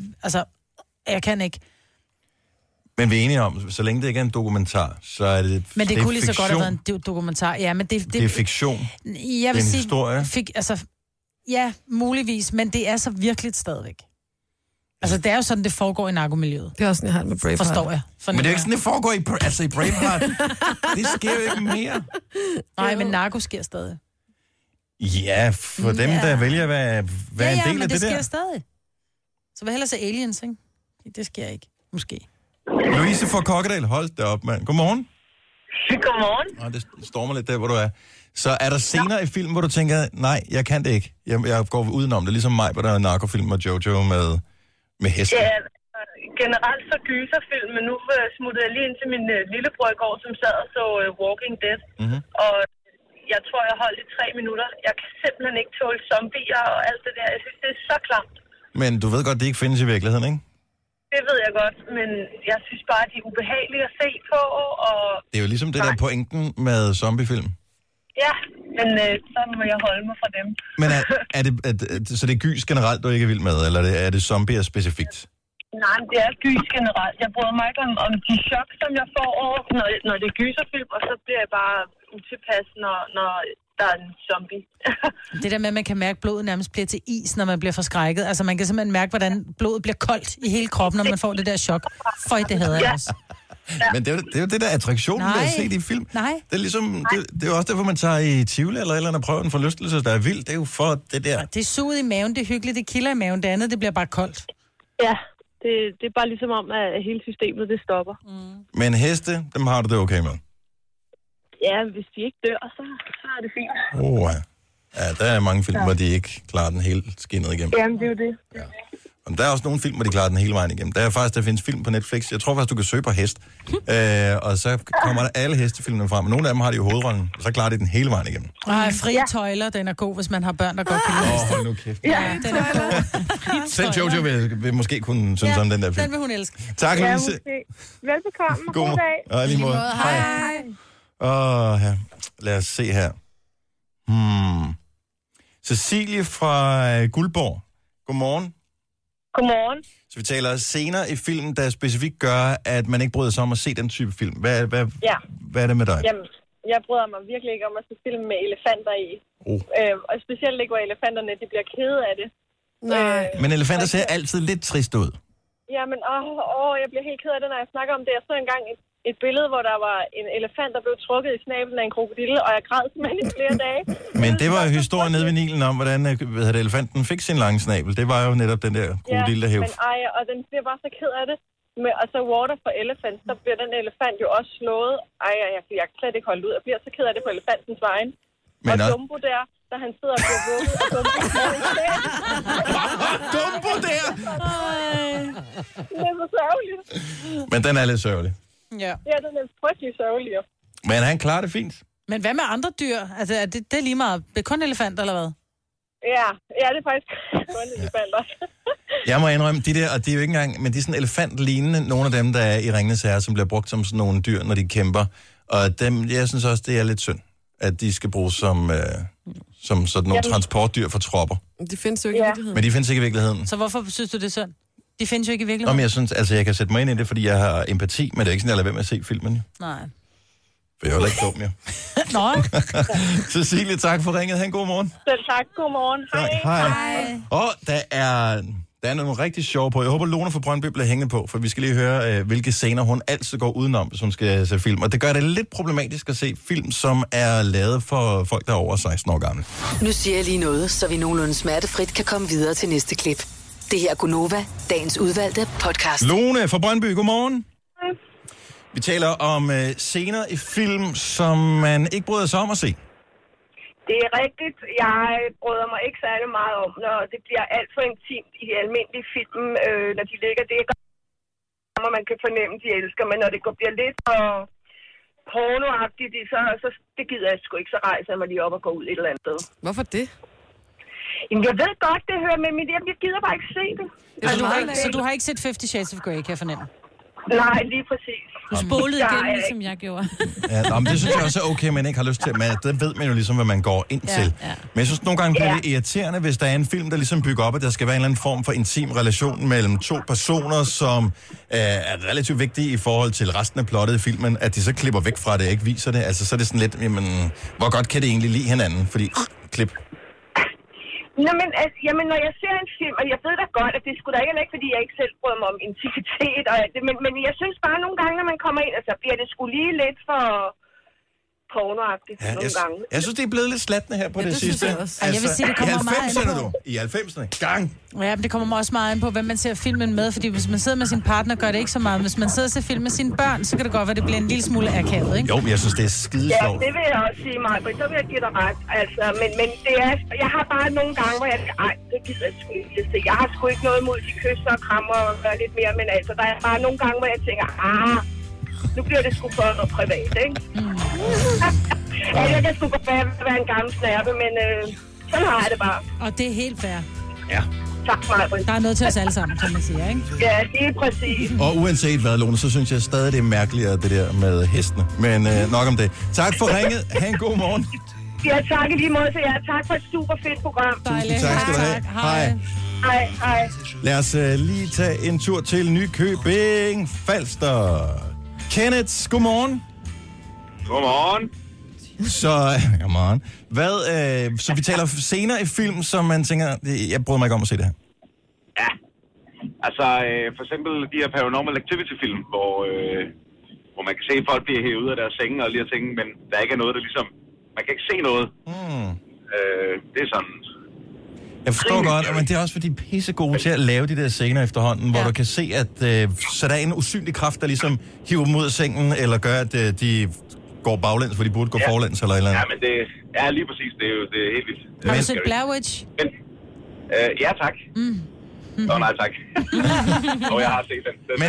jeg kan ikke. Men vi er enige om, så længe det ikke er en dokumentar, så er det men det kunne lige så godt have været en dokumentar. Ja, men det er fiktion. Jeg vil det er en sige, historie. Ja, muligvis, men det er så virkeligt stadigvæk. Altså, det er jo sådan, det foregår i narkomiljøet. Det er også sådan, jeg har det med Braveheart. Forstår jeg. Men det er jo ikke sådan, det foregår i Braveheart. Det sker jo ikke mere. Nej, men narko sker stadig. Ja, for dem, der vælger at være en del af det der. Ja, men det sker stadig. Så vil hellere se Aliens, ikke? Det sker ikke, måske. Louise fra Kokkedal, hold da op, mand. Godmorgen. Godmorgen. Og det stormer lidt der, hvor du er. Så er der scener i film, hvor du tænker, nej, jeg kan det ikke. Jeg går udenom det, ligesom mig, hvor der er narkofilm og Jojo med heste. Ja, generelt så gyserfilm, men nu smuttede jeg lige ind til min lillebror i går, som sad og så Walking Dead. Mm-hmm. Og jeg tror, jeg holdt i 3 minutter. Jeg kan simpelthen ikke tåle zombier og alt det der. Jeg synes, det er så klamt. Men du ved godt, det ikke findes i virkeligheden, ikke? Det ved jeg godt, men jeg synes bare, at de er ubehagelige at se på. Og Det er jo ligesom det der pointen med zombiefilm. ja, men så må jeg holde mig fra dem. Men så det er gys generelt, du ikke er vild med, eller er det zombier specifikt? Nej, men det er gys generelt. Jeg bryder mig ikke om de chok, som jeg får over, når det er gyserfilm, og så bliver jeg bare utilpas, når der er en zombie. Det der med, at man kan mærke, at blodet nærmest bliver til is, når man bliver forskrækket. Altså, man kan simpelthen mærke, hvordan blodet bliver koldt i hele kroppen, når man får det der chok. Føj, det hader jeg også. Ja. Men det er jo det der attraktion, ved at se det i film. Nej. Det er ligesom, det er jo også derfor, man tager i Tivoli eller et eller andet og prøver en forlystelse, der er vild. Det er jo for det der. Det er suget i maven, det er hyggeligt, det kilder i maven. Det andet, det bliver bare koldt. Ja, det er bare ligesom om, at hele systemet, det stopper. Mm. Men heste, dem har du det okay med? Ja, hvis de ikke dør, så er det fint. Ja, der er mange film, hvor de ikke klarer den helt skinnet igennem. Jamen, det er jo det. Ja. Og der er også nogle film, hvor de klarer den hele vejen igennem. Der findes film på Netflix. Jeg tror faktisk, du kan søge på hest. Og så kommer der alle hestefilmene frem. Og nogle af dem har de jo hovedrollen, og så klarer de den hele vejen igennem. Frie tøjler, den er god, hvis man har børn, der godt kan lide heste. Nu kæft. Ja, den er god. Selv Jojo vil måske kunne synes om den der film. Den vil hun elske. Tak, Louise. Velbekomme. God dag. Og lige måde. Hej. Ja. Lad os se her. Cecilie fra Guldborg. Godmorgen. Godmorgen. Så vi taler scener i filmen, der specifikt gør, at man ikke bryder sig om at se den type film. Hvad er det med dig? Jamen, jeg bryder mig virkelig ikke om at se film med elefanter i. Og specielt ikke, hvor elefanterne de bliver kede af det. Nej. Men elefanter ser altid lidt trist ud. Jamen, jeg bliver helt ked af det, når jeg snakker om det. Jeg så engang et billede, hvor der var en elefant, der blev trukket i snablen af en krokodille, og jeg græd simpelthen i flere dage. Men det var historien nede ved Nilen om, hvordan elefanten fik sin lange snabel. Det var jo netop den der krokodille, der hævde. Men og den bliver bare så ked af det. Og så Water for Elephant, så bliver den elefant jo også slået. Jeg kan slet ikke holde ud. Jeg bliver så ked af det på elefantens vejen. Men og Dumbo der han sidder og bliver vugget, og Dumbo Dumbo der! Det er så sørgeligt. Men den er lidt sørgelig. Ja, den er frygtelig sørgelig. Men han klarer det fint. Men hvad med andre dyr? Altså, det er lige meget. Det er kun elefanter, eller hvad? Ja, det er faktisk kun elefanter. Jeg må indrømme, de der, og de er jo ikke engang, men de er sådan elefantlignende, nogle af dem, der er i Ringenes Herre, som bliver brugt som sådan nogle dyr, når de kæmper. Og dem, jeg synes også, det er lidt synd, at de skal bruges som sådan nogle transportdyr for tropper. De findes jo ikke i virkeligheden. Men de findes ikke i virkeligheden. Så hvorfor synes du det er synd? De findes jo ikke i virkeligheden. Men jeg synes, altså jeg kan sætte mig ind i det, fordi jeg har empati, men det er ikke sådan, jeg lader være med at se filmen. Nej. For jeg er jo ikke dum, jo. Nå. Cecilie, tak for ringet. Ha' en god morgen. Selv tak. God morgen. Hej. Og der er nogle rigtig sjove på. Jeg håber, Lone fra Brøndby bliver hængende på, for vi skal lige høre, hvilke scener hun altid går udenom, hvis hun skal se film. Og det gør det lidt problematisk at se film, som er lavet for folk, der er over 16 år gamle. Nu siger jeg lige noget, så vi nogenlunde smertefrit kan komme videre til næste klip. Det her er Gunova, dagens udvalgte podcast. Lone fra Brøndby, godmorgen. Vi taler om scener i film, som man ikke bryder sig om at se. Det er rigtigt. Jeg bryder mig ikke særlig meget om, når det bliver alt for intimt i de almindelige film, når de ligger det. Og man kan fornemme, de elsker, men når det bliver lidt for pornoagtigt, så det gider jeg sgu ikke, så rejser jeg mig lige op og går ud et eller andet sted. Hvorfor det? Jamen, jeg ved godt, det hører med, men jeg gider bare ikke se det. Så du har ikke set 50 Shades of Grey, kan jeg fornemme? Nej, lige præcis. Du spolede igen, ligesom jeg gjorde. Ja, men det synes jeg også er okay, man ikke har lyst til. Men det ved man jo ligesom, hvad man går ind til. Ja. Men jeg synes nogle gange bliver det irriterende, hvis der er en film, der ligesom bygger op, at der skal være en eller anden form for intim relation mellem to personer, som er relativt vigtige i forhold til resten af plottet i filmen, at de så klipper væk fra det og ikke viser det. Altså, så er det sådan lidt, jamen, hvor godt kan det egentlig lide hinanden? Fordi, klip. Nå, men jamen, når jeg ser en film, og jeg ved da godt, at det skulle da ikke, fordi jeg ikke selv bryder mig om intimitet, og alt det, men jeg synes bare nogle gange, når man kommer ind, så bliver det sgu lige lidt for pornoagtigt nogle gange. Jeg synes, det er blevet lidt slattende her på det sidste. Jeg vil sige, det kommer meget ind på. I 90'erne. Gang! Ja, men det kommer også meget ind på, hvem man ser filmen med. Fordi hvis man sidder med sin partner, gør det ikke så meget. Hvis man sidder og ser film med sine børn, så kan det godt være, det bliver en lille smule akavet, ikke? Jo, men jeg synes, det er skide Ja, sjovt. det vil jeg også sige, Maja, så vil jeg give dig ret. Altså, men det er, jeg har bare nogle gange, hvor jeg tænker, det gider jeg sgu ikke se. Jeg har sgu ikke noget imod de kysser og krammer og gør lidt mere, men altså, der er bare nogle gange, hvor jeg tænker, nu bliver det sgu for noget privat, ikke? Ja, jeg kan sgu godt være en gammel snærpe, men sådan har jeg det bare. Og det er helt fair. Ja. Tak, Maja. Der er noget til os alle sammen, kan man sige, ikke? Ja, det er præcis. Og uanset hvad, Lone, så synes jeg stadig, det er mærkeligere, det der med hestene. Men nok om det. Tak for ringet. Ha' en god morgen. Ja, tak i lige måde til jer. Tak for et super fedt program. Tusind tak skal du have. Hej. Hej, hej. Lad os lige tage en tur til Nykøbing Falster. Kenneth, godmorgen. Godmorgen. Godmorgen. Så vi taler senere i film, som man tænker, jeg bryder mig ikke om at se det her. Ja, altså for eksempel de her Paranormal Activity-film, hvor man kan se, at folk bliver hævet ud af deres senge og lige at tænke, men der ikke er noget, der ligesom, man kan ikke se noget. Det er sådan... Jeg forstår godt, men det er også fordi, de er pissegode til at lave de der scener efterhånden, hvor du kan se, at så der er en usynlig kraft, der ligesom hiver dem ud af sengen, eller gør, at de går baglæns, hvor de burde gå forlæns, eller et eller andet. Ja, men det er lige præcis, det er helt vildt. Har du set Blair Witch? Men, ja, tak. Nej, tak. Og jeg har set den. Men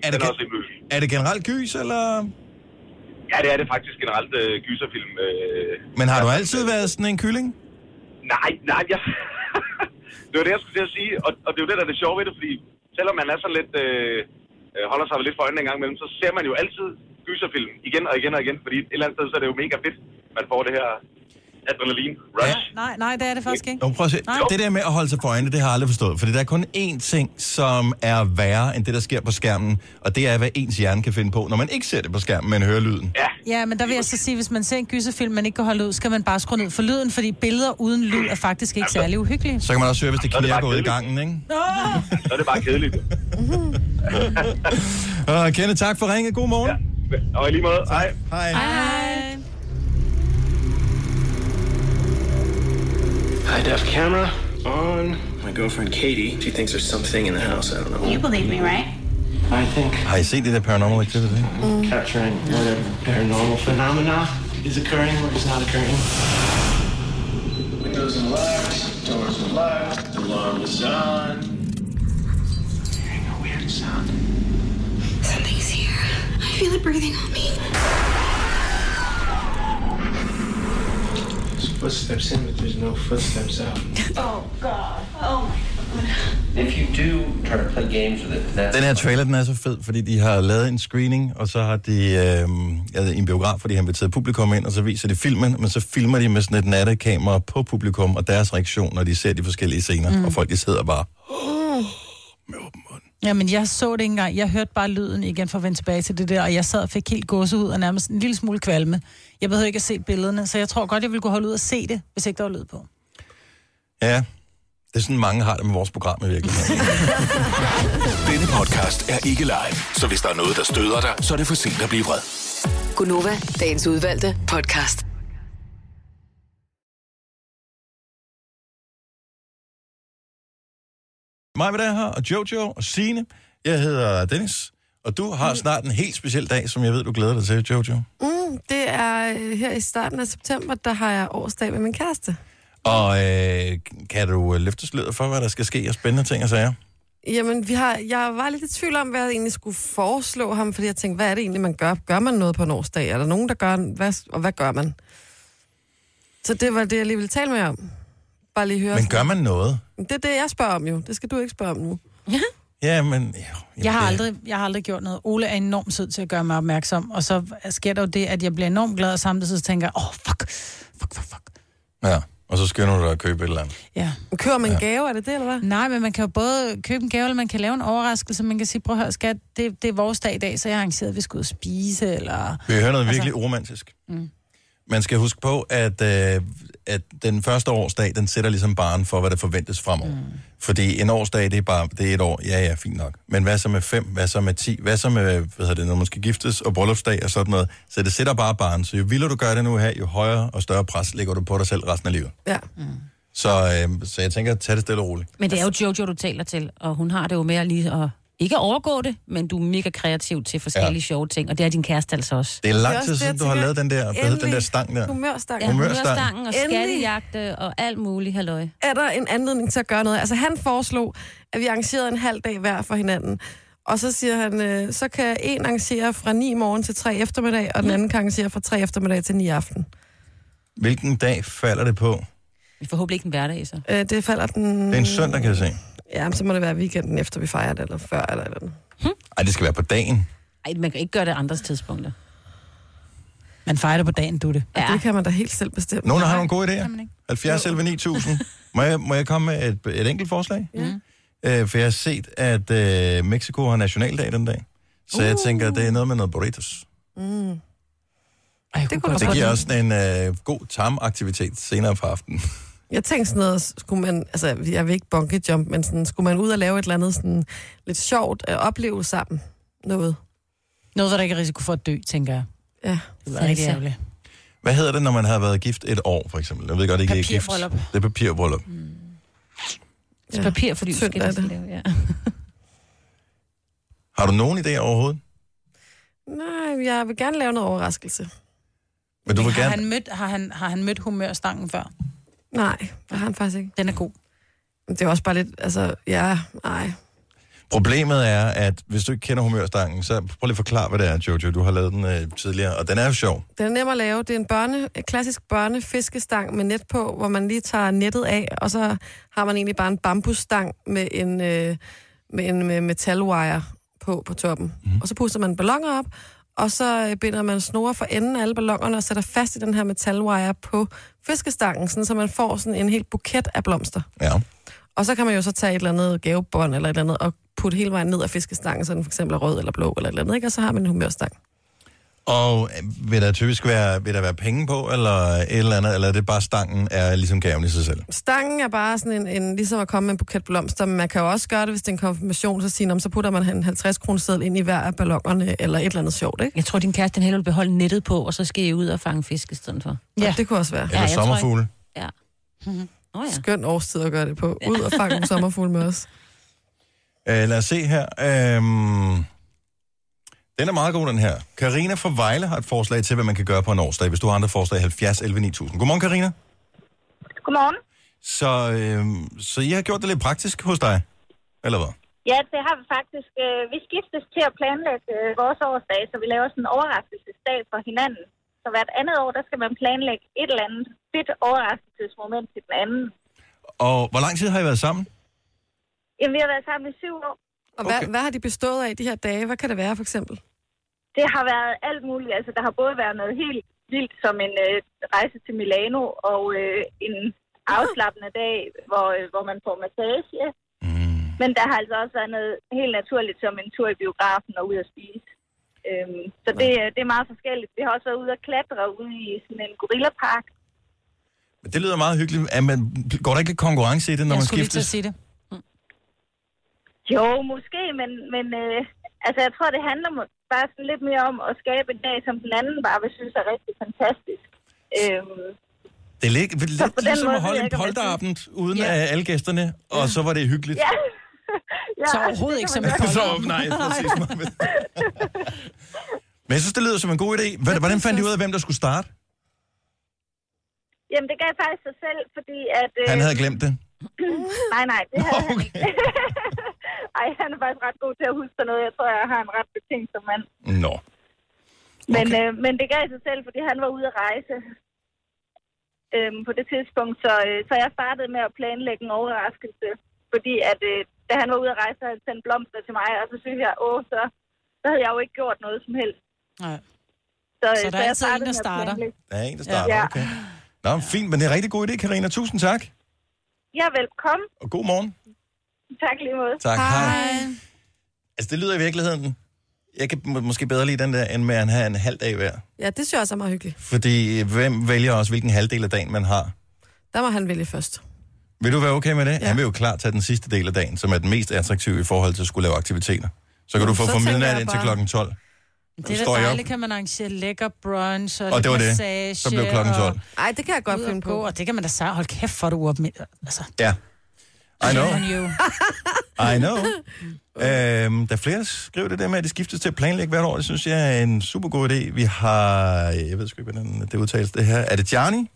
er det generelt gys, eller? Ja, det er det faktisk generelt gyserfilm. Men har du altid været sådan en kylling? Nej, ja. Det var det, jeg skulle til at sige, og det er jo det, der er det sjove ved det, fordi selvom man er så lidt, holder sig lidt for øjnene en gang imellem, så ser man jo altid gyserfilm igen og igen og igen, fordi et eller andet sted, så er det jo mega fedt, man får det her adrenalin rush. Ja. Nej, det er det faktisk ikke. Prøv at se. Det der med at holde sig for øjnene, det har jeg aldrig forstået, fordi der er kun én ting, som er værre end det, der sker på skærmen, og det er, hvad ens hjerne kan finde på, når man ikke ser det på skærmen, men hører lyden. Ja, men der vil jeg så sige, hvis man ser en gyserfilm, man ikke kan holde ud, skal man bare skrue ned for lyden, fordi billeder uden lyd er faktisk ikke særlig uhyggelige. Så kan man også høre, hvis det knirker ud i gangen, ikke? Så er det bare kedeligt. Kenneth, tak for ringet. God morgen. Ja. Og i lige måde. Hej. Hej. High def camera on. My girlfriend Katie, she thinks there's something in the house. I don't know. You believe me, right? I think. Har I set det der Paranormal Activity? Capturing whatever paranormal phenomena is occurring or is not occurring. Windows are locked, doors are locked, alarm is on. Hearing a weird sound. Something's here. I feel it breathing on me. Footsteps in, but there's no footsteps out. Oh, God. Oh, my God. If you do try to play games with it, that's... Den her trailer, den er så fed, fordi de har lavet en screening, og så har de en biograf, fordi han vil tage publikum ind, og så viser de filmen, men så filmer de med sådan et nattekamera på publikum, og deres reaktion, når de ser de forskellige scener, og folk de sidder bare med åben mund. Ja, men jeg så det ikke engang. Jeg hørte bare lyden igen for at vende tilbage til det der, og jeg sad og fik helt gåsehud og nærmest en lille smule kvalme. Jeg behøvede ikke at se billederne, så jeg tror godt, jeg ville kunne holde ud og se det, hvis ikke der var lyd på. Ja, det er sådan, mange har det med vores program i virkeligheden. Denne podcast er ikke live, så hvis der er noget, der støder dig, så er det for sent at blive vred. Gunova, dagens udvalgte podcast. Mig med der her, og Jojo og Signe. Jeg hedder Dennis, og du har snart en helt speciel dag, som jeg ved, du glæder dig til, Jojo. Det er her i starten af september, der har jeg årsdag med min kæreste. Og kan du løfte sløret for, hvad der skal ske af spændende ting og sager? Jamen, jeg var lidt i tvivl om, hvad jeg egentlig skulle foreslå ham, fordi jeg tænkte, hvad er det egentlig, man gør? Gør man noget på en årsdag? Er der nogen, der gør, hvad gør man? Så det var det, jeg lige ville tale med om. Bare lige høre. Men gør man noget? Det er det, jeg spørger om jo. Det skal du ikke spørge om nu. Ja, men... Jeg har aldrig gjort noget. Ole er enormt sød til at gøre mig opmærksom, og så sker der jo det, at jeg bliver enormt glad, og samtidig så tænker jeg, fuck. Ja, og så skynder du dig at købe et eller andet. Ja. Køber man en gave, er det det, eller hvad? Nej, men man kan jo både købe en gave, eller man kan lave en overraskelse. Man kan sige, prøv at høre, skat, det er vores dag i dag, så jeg har arrangeret, at vi skal ud og spise, eller... Vi hører noget virkelig uromantisk. Man skal huske på, at den første årsdag, den sætter ligesom barren for, hvad der forventes fremover. Fordi en årsdag, det er et år. Ja, fint nok. Men hvad så med 5? Hvad så med 10? Hvad så med, når man skal giftes og bryllupsdag og sådan noget? Så det sætter bare barren. Så jo vildere du gør det nu her, jo højere og større pres lægger du på dig selv resten af livet. Ja. Så jeg tænker, tag det stille og roligt. Men det er jo Jojo, du taler til, og hun har det jo med at lige at ikke overgå det, men du er mega kreativ til forskellige sjove ting, og det er din kæreste altså også. Det er lang tid siden, du har lavet den der stang der. Humørstangen og skattejagte og alt muligt, halløj. Er der en anledning til at gøre noget? Altså han foreslog, at vi arrangerede en halv dag hver for hinanden. Og så siger han, så kan en arrangere fra 9 morgen til 3 eftermiddag, og den anden kan arrangere fra 3 eftermiddag til 9 aften. Hvilken dag falder det på? Vi får håbentlig ikke en hverdag, så. Det falder den... Det er en søndag, kan jeg se. Ja, så må det være weekenden efter, vi fejrer det, eller før, eller noget. Ej, det skal være på dagen. Ej, man kan ikke gøre det andres tidspunkter. Man fejrer det på dagen, du det. Ja. Det kan man da helt selv bestemme. Nogen har nogle gode idéer? 70 11 9000. Må jeg komme med et enkelt forslag? Ja. For jeg har set, at Mexico har nationaldag den dag. Så jeg tænker, at det er noget med noget burritos. Det giver også en god tarmaktivitet senere på aftenen. Jeg tænkte sådan noget, skulle man, altså jeg vil ikke bungee jump, men sådan, skulle man ud og lave et eller andet sådan lidt sjovt oplevelse sammen? Noget, hvor der ikke er risiko for at dø, tænker jeg. Ja. Det var rigtig ærgerligt. Hvad hedder det, når man har været gift et år, for eksempel? Jeg ved godt, det ikke er gift. Det er papirbryllup. Det er papir, fordi du skal det lave, ja. Har du nogen idéer overhovedet? Nej, jeg vil gerne lave noget overraskelse. Men du vil har gerne... Har han mødt humørstangen før? Nej, det har han faktisk ikke. Den er god. Det er også bare lidt, nej. Problemet er, at hvis du ikke kender humørstangen, så prøv lige at forklare, hvad det er, Jojo. Du har lavet den tidligere, og den er jo sjov. Den er nem at lave. Det er en klassisk børnefiskestang med net på, hvor man lige tager nettet af, og så har man egentlig bare en bambusstang med en metalwire på toppen. Og så puster man balloner op, og så binder man snore for enden af alle ballonerne og sætter fast i den her metalwire på fiskestangen, sådan, så man får sådan en helt buket af blomster. Ja. Og så kan man jo så tage et eller andet gavebånd eller et eller andet og putte hele vejen ned af fiskestangen, så den for eksempel er rød eller blå eller et eller andet, ikke? Og så har man en humørstang. Og vil der typisk være penge på, eller et eller andet, eller er det bare stangen er ligesom gaven i sig selv? Stangen er bare sådan en ligesom at komme med en buket blomster, men man kan jo også gøre det, hvis det er en konfirmation, så siger, så putter man en 50-kroneseddel ind i hver af ballonerne, eller et eller andet sjovt, ikke? Jeg tror, din kæreste hellere vil beholde nettet på, og så skal I ud og fange fisk i stedet for. Ja, det kunne også være. Eller sommerfugle. Ja. Skøn årstid at gøre det på. Ud og fange en sommerfugle med os. Lad os se her. Den er meget god, den her. Karina fra Vejle har et forslag til, hvad man kan gøre på en årsdag. Hvis du har andre forslag, 70 11 9000. Godmorgen, Karina. Godmorgen. Så I har gjort det lidt praktisk hos dig, eller hvad? Ja, det har vi faktisk. Vi skiftes til at planlægge vores årsdag, så vi laver sådan en overraskelsesdag for hinanden. Så hvert andet år, der skal man planlægge et eller andet fedt overraskelsesmoment til den anden. Og hvor lang tid har I været sammen? Jamen, vi har været sammen i 7 år. Og hvad har de bestået af de her dage? Hvad kan det være, for eksempel? Det har været alt muligt. Altså, der har både været noget helt vildt, som en rejse til Milano, og en afslappende dag, hvor man får massage. Men der har altså også været noget helt naturligt, som en tur i biografen og ud at spise. Så det er meget forskelligt. Vi har også været ude at klatre ude i sådan en gorillapark. Men det lyder meget hyggeligt. Går der ikke lidt konkurrence i det, når man skiftes? Jeg skulle lige til at sige det. Jo, måske, men altså, jeg tror, det handler bare sådan lidt mere om at skabe en dag, som den anden bare vil synes er rigtig fantastisk. Det er lidt ligesom at holde en polterabend uden af alle gæsterne, og så var det hyggeligt. Ja. Så overhovedet ikke som en Nej, præcis. Men jeg synes, det lyder som en god idé. Hvordan fandt I ud af, hvem der skulle starte? Jamen, det gav faktisk sig selv, fordi at... Han havde glemt det? Nej, det havde han ikke. Ej, han er faktisk ret god til at huske noget. Jeg tror, jeg har en ret betænksom mand. Nå. Men det gav sig selv, fordi han var ude at rejse på det tidspunkt. Så jeg startede med at planlægge en overraskelse. Fordi at da han var ude at rejse, havde han sendt blomster til mig. Og så synes jeg, så havde jeg jo ikke gjort noget som helst. Nej. Så der er altså en, der starter. Der er en, der starter, okay. Nå, fint, men det er en rigtig god idé, Karina. Tusind tak. Ja, velkommen. Og god morgen. Tak lige måde. Tak, hej. Altså, det lyder i virkeligheden Jeg kan måske bedre lide den der, end med at have en halv dag hver. Ja, det synes jeg også er meget hyggeligt. Fordi hvem vælger også, hvilken halvdel af dagen man har? Der må han vælge først. Vil du være okay med det? Ja. Han vil jo klart tage den sidste del af dagen, som er den mest attraktive i forhold til at skulle lave aktiviteter. Så kan du få fra midnat indtil klokken 12. Det er da dejligt, kan man arrangere lækker brunch og det var massage. Det. Så blev klokken 12. Ej, det kan jeg godt finde på. Og det kan man da sige, hold kæft for du op med. Altså. Ja. I know. I know. Der er flere, der skriver det der med, at det skiftes til at planlægge hvert år. Det synes jeg er en super god idé. Vi har, jeg ved sgu ikke, hvordan det udtales det her. Er det Gianni?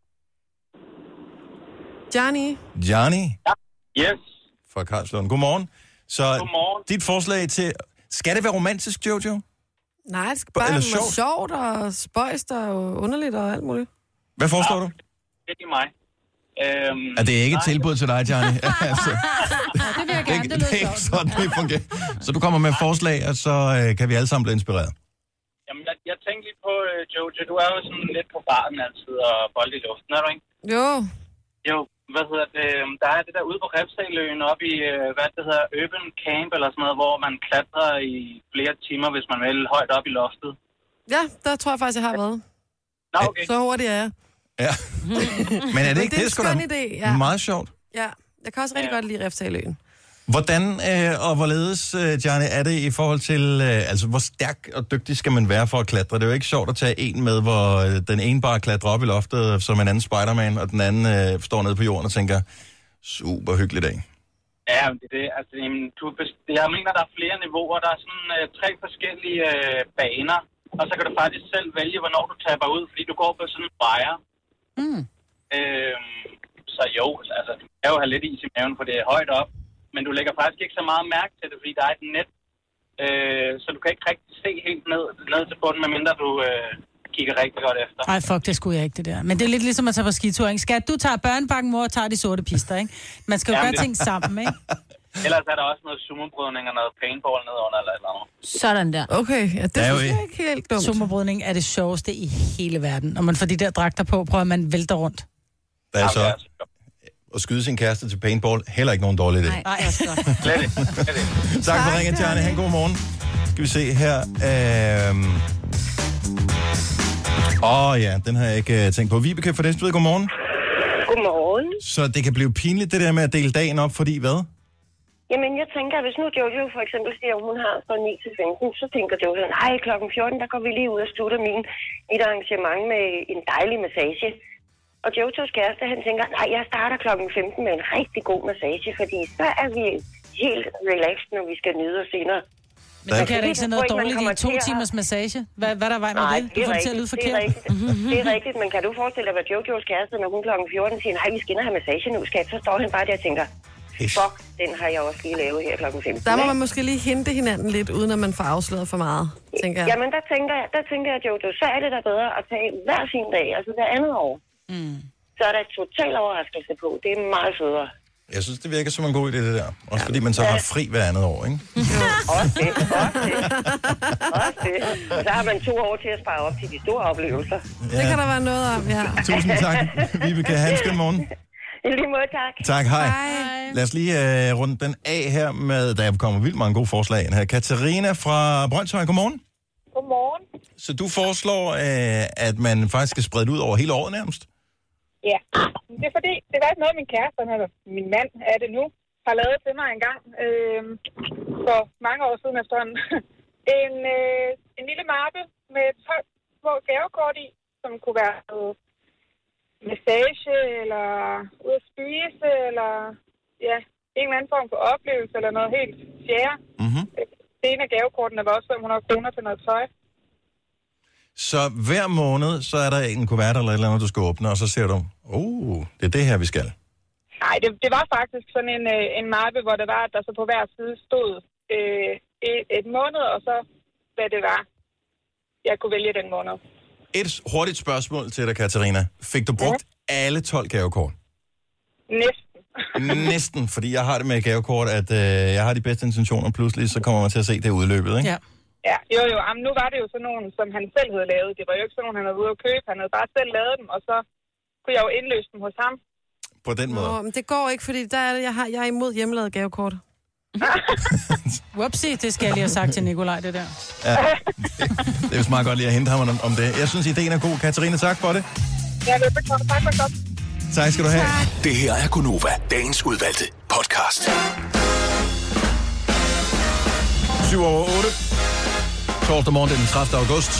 Gianni? Ja. Yes. Fra Karlslund. Godmorgen. Så Godmorgen. Dit forslag til, skal det være romantisk, Jojo? Nej, det skal bare være sjovt og spøjst og underligt og alt muligt. Hvad foreslår du? Det er mig. Det er ikke et tilbud til dig, Gianni. Altså, det vil jeg gerne, det er ikke sådan, det fungerer. Så du kommer med forslag, og så kan vi alle sammen blive inspireret. Jamen, jeg tænkte lige på, Jojo, du er jo sådan lidt på baren altid og bold i luften, er du ikke? Jo, hvad hedder det? Der er det der ude på Refshaløen oppe i, hvad det hedder, Urban Camp eller sådan noget, hvor man klatrer i flere timer, hvis man vil, højt op i loftet. Ja, der tror jeg faktisk, jeg har været. Nå, okay. Så hurtigt er jeg. Ja. Men er det ikke det? Det er en skøn idé, ja. Meget sjovt. Ja, jeg kan også rigtig godt lide Refshaløen. Hvordan og hvorledes, Gianni, er det i forhold til, altså hvor stærk og dygtig skal man være for at klatre? Det er jo ikke sjovt at tage en med, hvor den ene bare klatrer op i loftet som en anden Spider-Man, og den anden står nede på jorden og tænker, super hyggelig dag. Ja, det altså, jeg mener, der er flere niveauer. Der er sådan 3 forskellige baner, og så kan du faktisk selv vælge, hvornår du taber ud, fordi du går på sådan en wire. Så jo, altså, du kan jo have lidt is i maven, for det er højt op. Men du lægger faktisk ikke så meget mærke til det, fordi der er et net. Så du kan ikke rigtig se helt ned til bunden, medmindre du kigger rigtig godt efter. Nej, fuck, det skulle jeg ikke, det der. Men det er lidt ligesom at tage på skitur, ikke? Skat, du tager børnepakken, mor tager de sorte pister, ikke? Man skal jo gøre ting sammen, ikke? Ellers er der også noget sumobrydning og noget paintball nedenunder eller et eller andet. Sådan der. Okay, ja, det er jo ikke helt dumt. Sumobrydning er det sjoveste i hele verden. Og man får de der dragter på, prøver man vælter rundt. Der er så at skyde sin kæreste til paintball, heller ikke nogen dårlig idé. Nej, også godt. Tak for ringen, Gianni. Ha' en god morgen. Skal vi se her. Ja, den har jeg ikke tænkt på. Vibeke fra Næstved, godmorgen. Godmorgen. Så det kan blive pinligt, det der med at dele dagen op, fordi hvad? Jamen, jeg tænker, at hvis nu Jojo for eksempel siger, at hun har fra 9 til 15, så tænker Jojo, nej, klokken 14, der går vi lige ud og slutter mit arrangement med en dejlig massage. Og Jojos kæreste, han tænker, nej, jeg starter klokken 15 med en rigtig god massage, fordi så er vi helt relaxed, når vi skal nyde os senere. Men så kan jeg da ikke se noget dårligt i 2 timers massage. Hvad er der vej med det? Du får det til at lyde forkert. Det er rigtigt, men kan du forestille dig, hvad Jojos kæreste, når hun klokken 14 siger, nej, vi skal ind og have massage nu, skat, så står han bare der og tænker, fuck, den har jeg også lige lavet her klokken 15. Der må man måske lige hente hinanden lidt, uden at man får afsløret for meget, tænker jeg. Jamen, der tænker jeg, Jojo, så er det da bedre at tage hver sin dag, altså hver andet år. Så er der et total overraskelse på. Det er meget federe. Jeg synes, det virker som en god idé, det der. Også fordi man så har fri hver andet år, ikke? Også det. Og så har man 2 år til at spare op til de store oplevelser. Ja. Det kan der være noget om, ja. Tusind tak, Vibeke. Ha' en skøn morgen. I lige måde, tak. Tak, hej. Lad os lige runde den af her med, der kommer vildt mange gode forslag ind her. Katarina fra Brøndshøj, godmorgen. Godmorgen. Så du foreslår, at man faktisk skal sprede det ud over hele året nærmest? Ja, det er fordi, det var noget, min kæreste, eller min mand er det nu, har lavet til mig en gang, for mange år siden efterhånden. en lille mappe med 12 små gavekort i, som kunne være noget massage, eller ud at spise, eller ja, en eller anden form for oplevelse, eller noget helt fjerde. Det ene af gavekortene var også 500 kroner til noget tøj. Så hver måned, så er der en kuvert eller et eller andet, du skal åbne, og så ser du, det er det her, vi skal. Nej, det var faktisk sådan en mappe, hvor det var, at der så på hver side stod et måned, og så hvad det var, jeg kunne vælge den måned. Et hurtigt spørgsmål til dig, Katarina. Fik du brugt alle 12 gavekort? Næsten, fordi jeg har det med gavekort, at jeg har de bedste intentioner, pludselig så kommer man til at se det udløbet, ikke? Ja, jo, jamen, nu var det jo sådan nogle, som han selv havde lavet. Det var jo ikke sådan nogle, han havde ude at købe. Han havde bare selv lavet dem, og så kunne jeg jo indløse dem hos ham. På den måde? Men det går ikke, fordi der er det, jeg er imod hjemmelavet gavekort. Whoopsie, det skal jeg lige have sagt til Nikolaj, det der. Ja, det er vist meget godt lige at hente ham om det. Jeg synes, ideen er god. Katarina, tak for det. Ja, det er godt. Tak for godt. Tak skal du have. Det her er Gunova, dagens udvalgte podcast. 7:08. Torsdag morgen, den 30. august.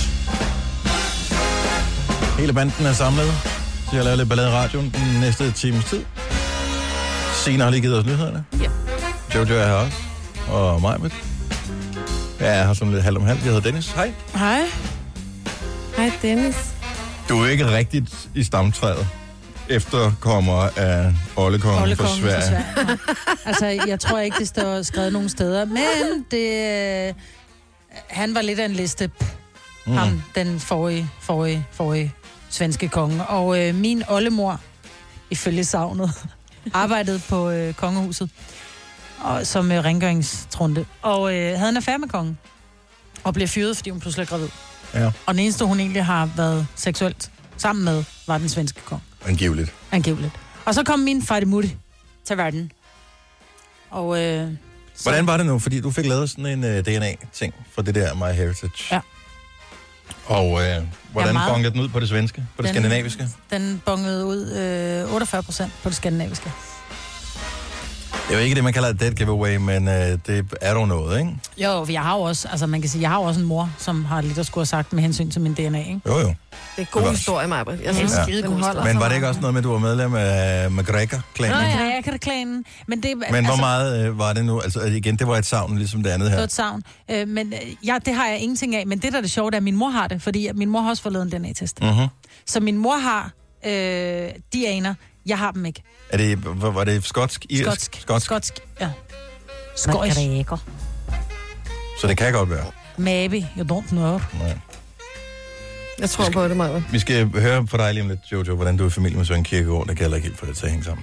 Hele banden er samlet. Så jeg laver lidt ballade i radioen den næste times tid. Signe har lige givet os nyhederne. Ja. Jojo er her også. Og Majbet. Jeg er her som lidt halv om halv. Jeg hedder Dennis. Hej. Hej. Hej, Dennis. Du er ikke rigtigt i stamtræet. Efterkommer af Ollekongen fra Sverige. Altså, jeg tror ikke, det står skrevet nogen steder. Men det... Han var lidt af en liste. Ham, den forrige svenske konge. Og min oldemor, ifølge savnet, arbejdede på kongehuset og, som rengøringstrunde. Og havde en affære med kongen. Og blev fyret, fordi hun pludselig er gravid. Ja. Og den eneste, hun egentlig har været seksuelt sammen med, var den svenske konge. Angiveligt. Og så kom min fardemutte til verden. Og hvordan var det nu? Fordi du fik lavet sådan en DNA-ting for det der MyHeritage. Ja. Og hvordan bongede den ud på det svenske? På det skandinaviske? Den bongede ud 48% på det skandinaviske. Det er jo ikke det, man kalder et dead giveaway, men det er dog noget, ikke? Jo, jeg har jo også, altså man kan sige, jeg har jo også en mor, som har lidt at skulle have sagt med hensyn til min DNA, ikke? Jo. Det er en god historie, Maja. Jeg synes, den holder. Men var det ikke også noget med, at du var medlem af McGregor-klanen? McGregor-klanen. Men hvor meget var det nu? Altså igen, det var et savn, ligesom det andet her. Det var et savn. Men det har jeg ingenting af. Men det, der er det sjove, er, at min mor har det, fordi min mor har også fået lavet en DNA-test. Mm-hmm. Så min mor har de aner. Jeg har dem ikke. Var det skotsk? Skotsk, ja. Skotsk. Så det kan godt være. Maybe, you don't know. Nej. Jeg tror på det, Maja. Vi skal høre fra dig lige om lidt, Jojo, hvordan du er i familie med Søren Kierkegaard. Det kan heller ikke helt få det til at hænge sammen.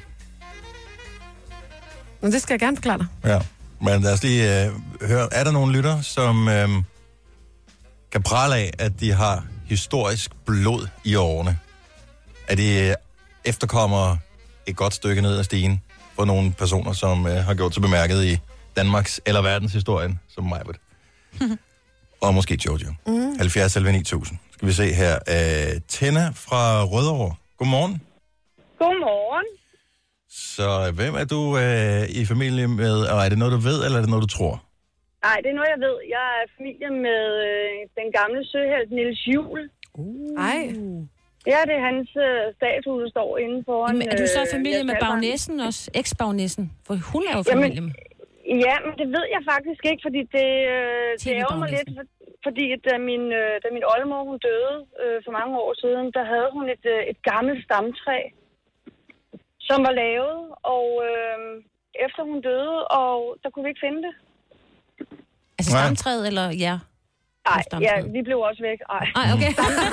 Men det skal jeg gerne forklare dig. Ja, men lad os lige høre. Er der nogle lytter, som kan prale af, at de har historisk blod i årene? Er de efterkommer et godt stykke ned ad stigen for nogle personer, som har gjort sig bemærket i Danmarks eller verdenshistorien, som Majbert. Og måske Jojo. 70 11 9000. Skal vi se her. Tenna fra Rødovre. Godmorgen. Godmorgen. Så hvem er du i familie med, og er det noget, du ved, eller er det noget, du tror? Nej, det er noget, jeg ved. Jeg er i familie med den gamle søhelt Niels Juel. Ej. Ja, det er hans statue, der står inde foran... Men er du så i familie med bagnæssen også? Eks-bagnæssen? For hun er jo familie med. Ja, men det ved jeg faktisk ikke, fordi det ærger mig lidt, fordi da min oldemor hun døde for mange år siden, der havde hun et gammelt stamtræ, som var lavet, og efter hun døde, og så kunne vi ikke finde det. Altså stamtræet, eller ja? Nej, ja, vi blev også væk. Ej, okay.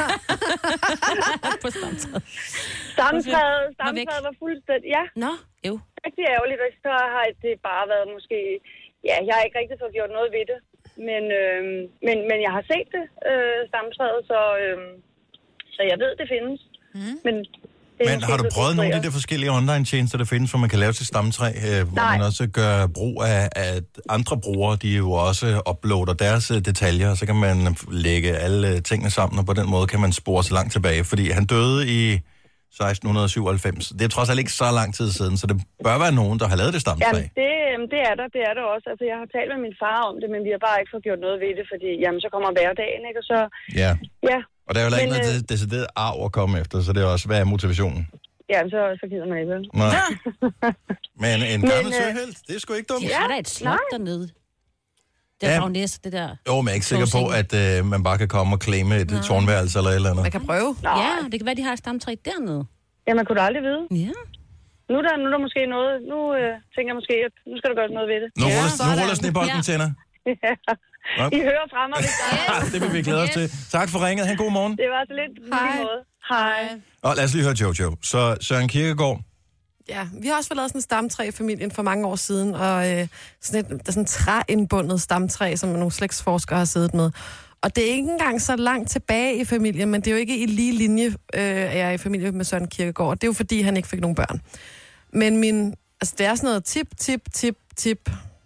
På stamtræet. Stamtræet var fuldstændig, ja. Nå, jo. Rigtig ærgerligt, og så har det bare været måske... Ja, jeg har ikke rigtig fået gjort noget ved det, men jeg har set det, stamtræet, så jeg ved, det findes. Men har du prøvet nogle af de der forskellige online-tjenester, der findes, hvor man kan lave til stamtræ, hvor man også gør brug af, at andre brugere, de jo også uploader deres detaljer, og så kan man lægge alle tingene sammen, og på den måde kan man spore sig langt tilbage, fordi han døde i 1697. Det er trods alt ikke så lang tid siden, så det bør være nogen, der har lavet det stamtræ. Jamen, det er der også. Altså, jeg har talt med min far om det, men vi har bare ikke fået gjort noget ved det, fordi jamen, så kommer hverdagen, ikke? Og så... Ja. Og der er jo ikke noget decideret arv at komme efter, så det er også, hvad er motivationen? Ja, så gider man ikke. Nej. Men en gammel søhelt, det er sgu ikke dumt. De har da et slot dernede. Det er bagnæs, det der. Jo, men jeg er ikke sikker på, at man bare kan komme og claime et tårnværelse eller et eller andet. Man kan prøve. Ja, det kan være, de har et stamtræ dernede. Ja, man kunne da aldrig vide. Ja. Nu er der måske noget. Nu tænker jeg måske, at nu skal der gøres noget ved det. Nu ruller snebolden, Tænder. Ja. I hører fra mig, hvis der er. Det vil vi glæde os til. Tak for ringet. Ha' en god morgen. Det var så lidt lige måde. Hej. Og lad os lige høre Jojo. Så Søren Kierkegaard. Ja, vi har også fået lavet sådan et stamtræ i familien for mange år siden, og der er sådan et træindbundet stamtræ, som nogle slægtsforskere har siddet med. Og det er ikke engang så langt tilbage i familien, men det er jo ikke i lige linje, at jeg er i familie med Søren Kierkegaard. Det er jo fordi, han ikke fik nogen børn. Men det er sådan noget tip,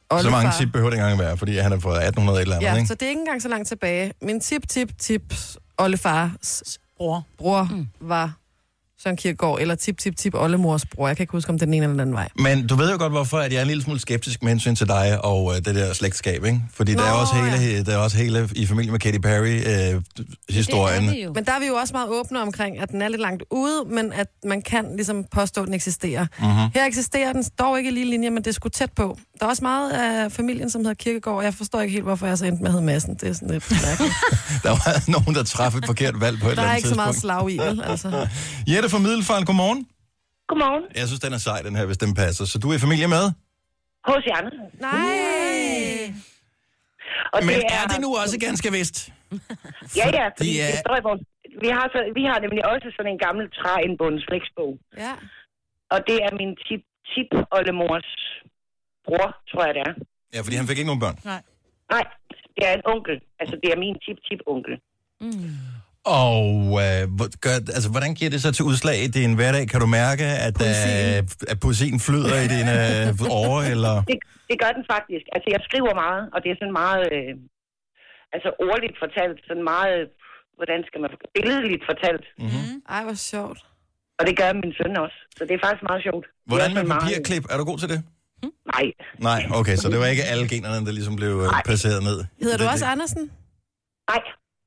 Så mange tip behøver det ikke engang være, fordi han er fra 1800 et eller andet, ja, ikke? så det er ikke engang så langt tilbage. Min tips oldefars bror var Søren Kierkegaard, eller tip oldemors bror. Jeg kan ikke huske, om det er den ene eller den anden vej. Men du ved jo godt, hvorfor at jeg er en lille smule skeptisk med hensyn til dig og det der slægtskab, ikke? Fordi der er også hele i familie med Katy Perry-historien. Men der er vi jo også meget åbne omkring, at den er lidt langt ude, men at man kan ligesom påstå, at den eksisterer. Mm-hmm. Her eksisterer den dog ikke i lige linje, men det er sgu tæt på. Der er også meget af familien, som hedder Kierkegaard, og jeg forstår ikke helt, hvorfor jeg så endte med at hedde Madsen. Det er sådan lidt mærkeligt. Der var nogen, der træffede et forkert valg på et eller andet tidspunkt. Der er ikke så meget slag i, vel? Altså. Jette fra Middelfart, godmorgen. Godmorgen. Jeg synes, den er sej, den her, hvis den passer. Så du er i familie med? H.C. Andersen. Nej! Men er det nu også ganske vist? Ja, fordi det står i vores... Vi har nemlig også sådan en gammel træindbundet slægtsbog. Ja. Og det er min tip-oldemors bror, tror jeg det er. Ja, fordi han fik ikke nogen børn. Nej, det er en onkel. Altså, det er min tip-onkel. Og hvordan giver det så til udslag i din hverdag? Kan du mærke, at poesien flyder i dine årer, eller? Det gør den faktisk. Altså, jeg skriver meget, og det er sådan meget, ordligt fortalt, sådan meget, hvordan skal man, billedligt fortalt. Mm-hmm. Ej, hvor sjovt. Og det gør min søn også, så det er faktisk meget sjovt. Hvordan med papirklip? Er du god til det? Nej, okay, så det var ikke alle generne, der ligesom blev placeret ned. Hedder du også Andersen? Nej.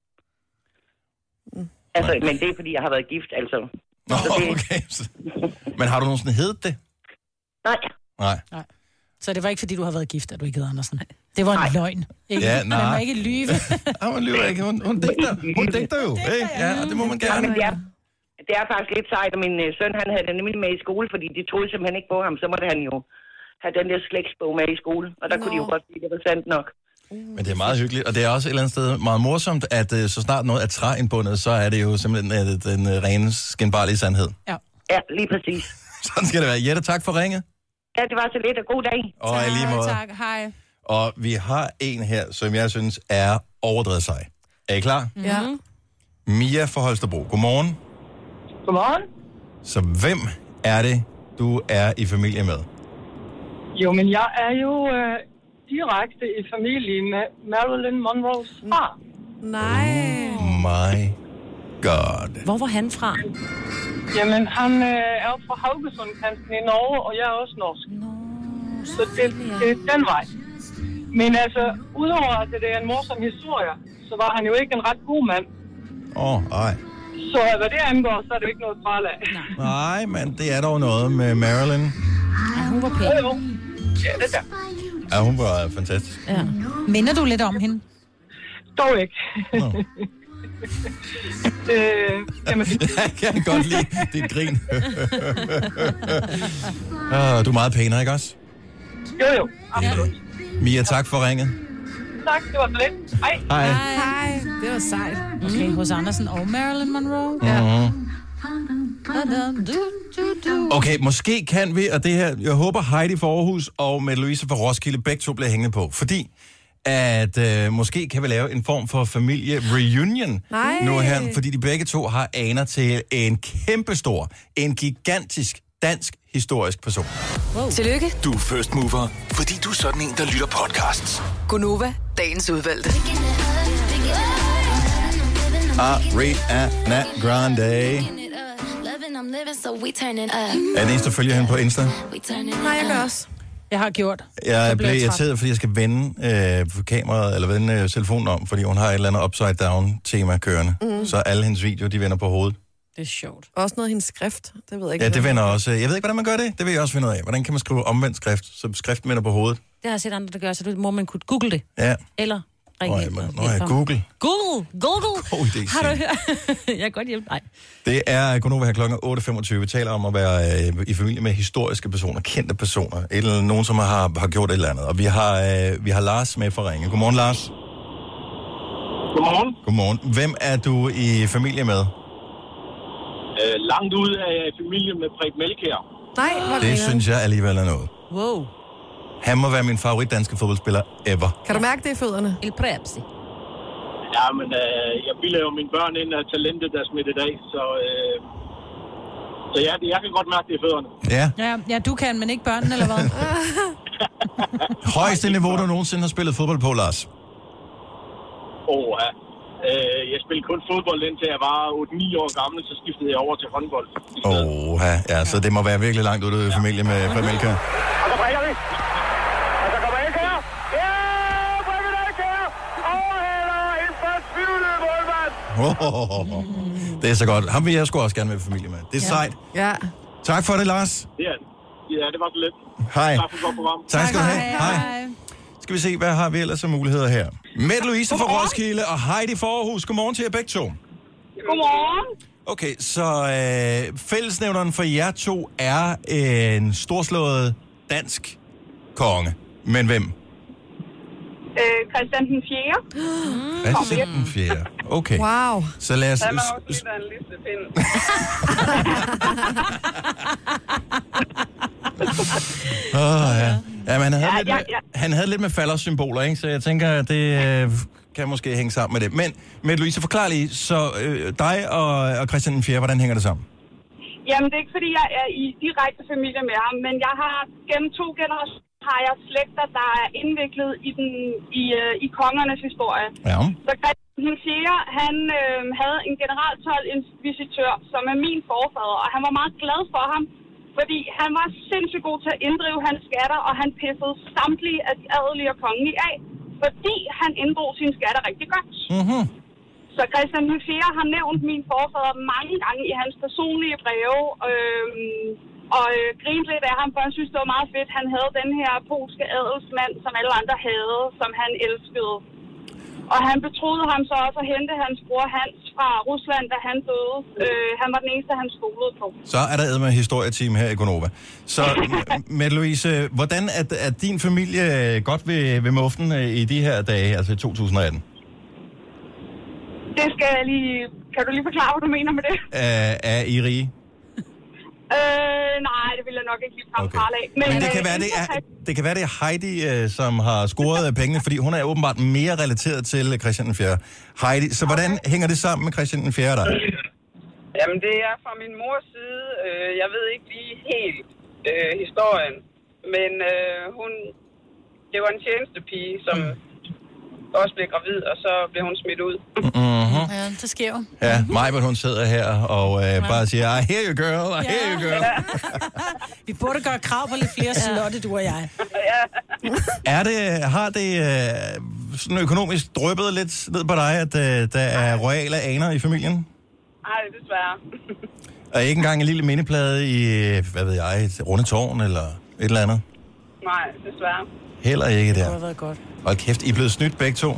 Altså, men det er, fordi jeg har været gift, altså. Nå, okay. Men har du nogensinde heddet det? Nej. Så det var ikke, fordi du har været gift, at du ikke hed Andersen? Det var en løgn. Ikke? Ja, Man må ikke lyve. Hun lyver ikke. Hun digter jo. Ikke? Ja, og det må man gerne. Det er faktisk lidt sejt, og min søn, han havde det nemlig med i skole, fordi de troede simpelthen ikke på ham. Så måtte han jo have den der slægtsbog med i skole. Og der kunne de jo godt sige, det var sandt nok. Men det er meget hyggeligt, og det er også et eller andet sted meget morsomt, at så snart noget er træindbundet, så er det jo simpelthen den rene, skinbarlige sandhed. Ja, lige præcis. Sådan skal det være. Jette, tak for ringet. Ja, det var så lidt, og god dag. Og i lige måde. Tak, hej. Og vi har en her, som jeg synes er overdrevet sej. Er I klar? Ja. Mia fra Holstebro. Godmorgen. Godmorgen. Så hvem er det, du er i familie med? Jo, men jeg er jo direkte i familie med Marilyn Monroes far. Nej. Oh my god. Hvor var han fra? Jamen, han er jo fra Haugesundkanten i Norge, og jeg er også norsk. Så det er den vej. Men altså, udover at det er en morsom historie, så var han jo ikke en ret god mand. Nej. Så hvad det angår, så er det jo ikke noget fralag. Nej, men det er dog noget med Marilyn. Ja, hun var pæn. Jo. Ja, det der. Ja, hun var fantastisk. Ja. Minder du lidt om hende? Dog ikke. Jeg kan godt lide dit grin. Du er meget pænere, ikke også? Jo, absolut. Mia, tak for ringet. Tak, det var så lidt. Hej. Hej. Det var sejt. Okay, hos Andersen og Marilyn Monroe. Ja. Okay, måske kan vi, og det her, jeg håber Heidi fra Aarhus og Mette Louise fra Roskilde begge to bliver hængende på, fordi at måske kan vi lave en form for familie-reunion nu her, fordi de begge to har aner til en kæmpestor, en gigantisk dansk historisk person. Wow. Tillykke. Du er first mover, fordi du er sådan en, der lytter podcasts. Gunova, dagens udvalgte. Ariana Grande. Er det eneste, der følger hende på Insta? Nej, jeg gør også. Jeg har gjort. Jeg blev irriteret, fordi jeg skal vende kameraet, eller vende telefonen om, fordi hun har et eller andet upside-down-tema kørende. Så alle hendes videoer, de vender på hovedet. Det er sjovt. Også noget af hendes skrift. Det ved jeg ikke. Ja, det vender også. Jeg ved ikke, hvordan man gør det. Det vil jeg også finde ud af. Hvordan kan man skrive omvendt skrift, så skriften vender på hovedet? Det har jeg set andre, der gør, så må man kunne google det. Ja. Eller ringe ind. Google. Google! God idé. Har du hørt? Jeg kan godt hjælpe dig. Det er Gunova her klokken 8.25. Vi taler om at være i familie med historiske personer, kendte personer. Eller nogen, som har gjort et eller andet. Og vi har Lars med for ringe. Godmorgen, Lars. Godmorgen. Godmorgen. Hvem er du i familie med? Langt ud af familie med Frederik Melkjær. Nej, det synes jeg alligevel er noget. Wow. Han må være min favorit danske fodboldspiller ever. Kan du mærke det i fødderne? El Prepsi. Ja, men jeg bilder jo mine børn ind af talentet, der er smidt i dag, så ja, jeg kan godt mærke det i fødderne. Ja. Ja, du kan, men ikke børnene, eller hvad? Højeste niveau, du nogensinde har spillet fodbold på, Lars? Ja. Jeg spillede kun fodbold indtil jeg var 8-9 år gammel, så skiftede jeg over til håndbold. Ja, så det må være virkelig langt ud af familie med Familka. Og så brækker vi. Og så kommer Elk her. Ja, brækker Elk her. Overhælder en fortvivlet målmand. Det er så godt. Ham vil jeg sgu også gerne være familie med. Det er sejt. Ja. Tak for det, Lars. Ja, det var så lidt. Hej. Tak for et godt program. Tak skal du have. Hej. Skal vi se, hvad har vi ellers af muligheder her? Mette Louise fra Roskilde og Heidi fra Aarhus. Godmorgen til jer begge to. Godmorgen. Okay, så fællesnævneren for jer to er en storslået dansk konge. Men hvem? Christian den 4. Christian den 4. Okay. Wow. Så lad os... Han har også lidt af en listepind. Ja. Ja, men han havde lidt med faldersymboler, ikke? Så jeg tænker, at det kan måske hænge sammen med det. Men Louise, forklar lige, så dig og Christian den 4., hvordan hænger det sammen? Jamen, det er ikke fordi, jeg er i direkte familie med ham, men jeg har gennem 2 generationer har jeg slægter, der er indviklet i kongernes historie. Ja. Så Christian den 4., han havde en generaltolvinvisitør, som er min forfader, og han var meget glad for ham, fordi han var sindssygt god til at inddrive hans skatter, og han pissede samtlige af de adelige og kongelige af, fordi han inddrog sine skatter rigtig godt. Mm-hmm. Så Christian den 4. har nævnt min forfader mange gange i hans personlige breve, og grinte lidt af ham, for han synes, det var meget fedt. Han havde den her polske adelsmand, som alle andre havde, som han elskede. Og han betroede ham så også at hente hans bror Hans fra Rusland, da han døde. Han var den eneste, han stolede på. Så er der med historieteam her i Gonova. Så, Mette Louise, hvordan er din familie godt ved muften i de her dage, altså i 2018? Det skal jeg lige... Kan du lige forklare, hvad du mener med det? Er I rige? Nej, det vil jeg nok ikke lige fremfare af. Men det kan være, det er Heidi, som har scoret pengene, fordi hun er åbenbart mere relateret til Christian den 4. Heidi, så hvordan hænger det sammen med Christian den 4. der? Jamen, det er fra min mors side. Jeg ved ikke lige helt historien, men det var en tjenestepige, som også blev gravid, og så blev hun smidt ud. Mm-hmm. Ja, det sker jo. Ja, Majbert, hun sidder her og bare siger, I hear you girl, I hear you girl. Vi burde gøre krav på lidt flere slotte, du og jeg. Har det sådan økonomisk dryppet lidt ned på dig, at der er royale aner i familien? Nej, desværre. Og ikke engang en lille mindeplade i, hvad ved jeg, et Rundetårn eller et eller andet? Nej, desværre. Heller ikke der. Det har været godt. Hold kæft, I er blevet snydt begge to.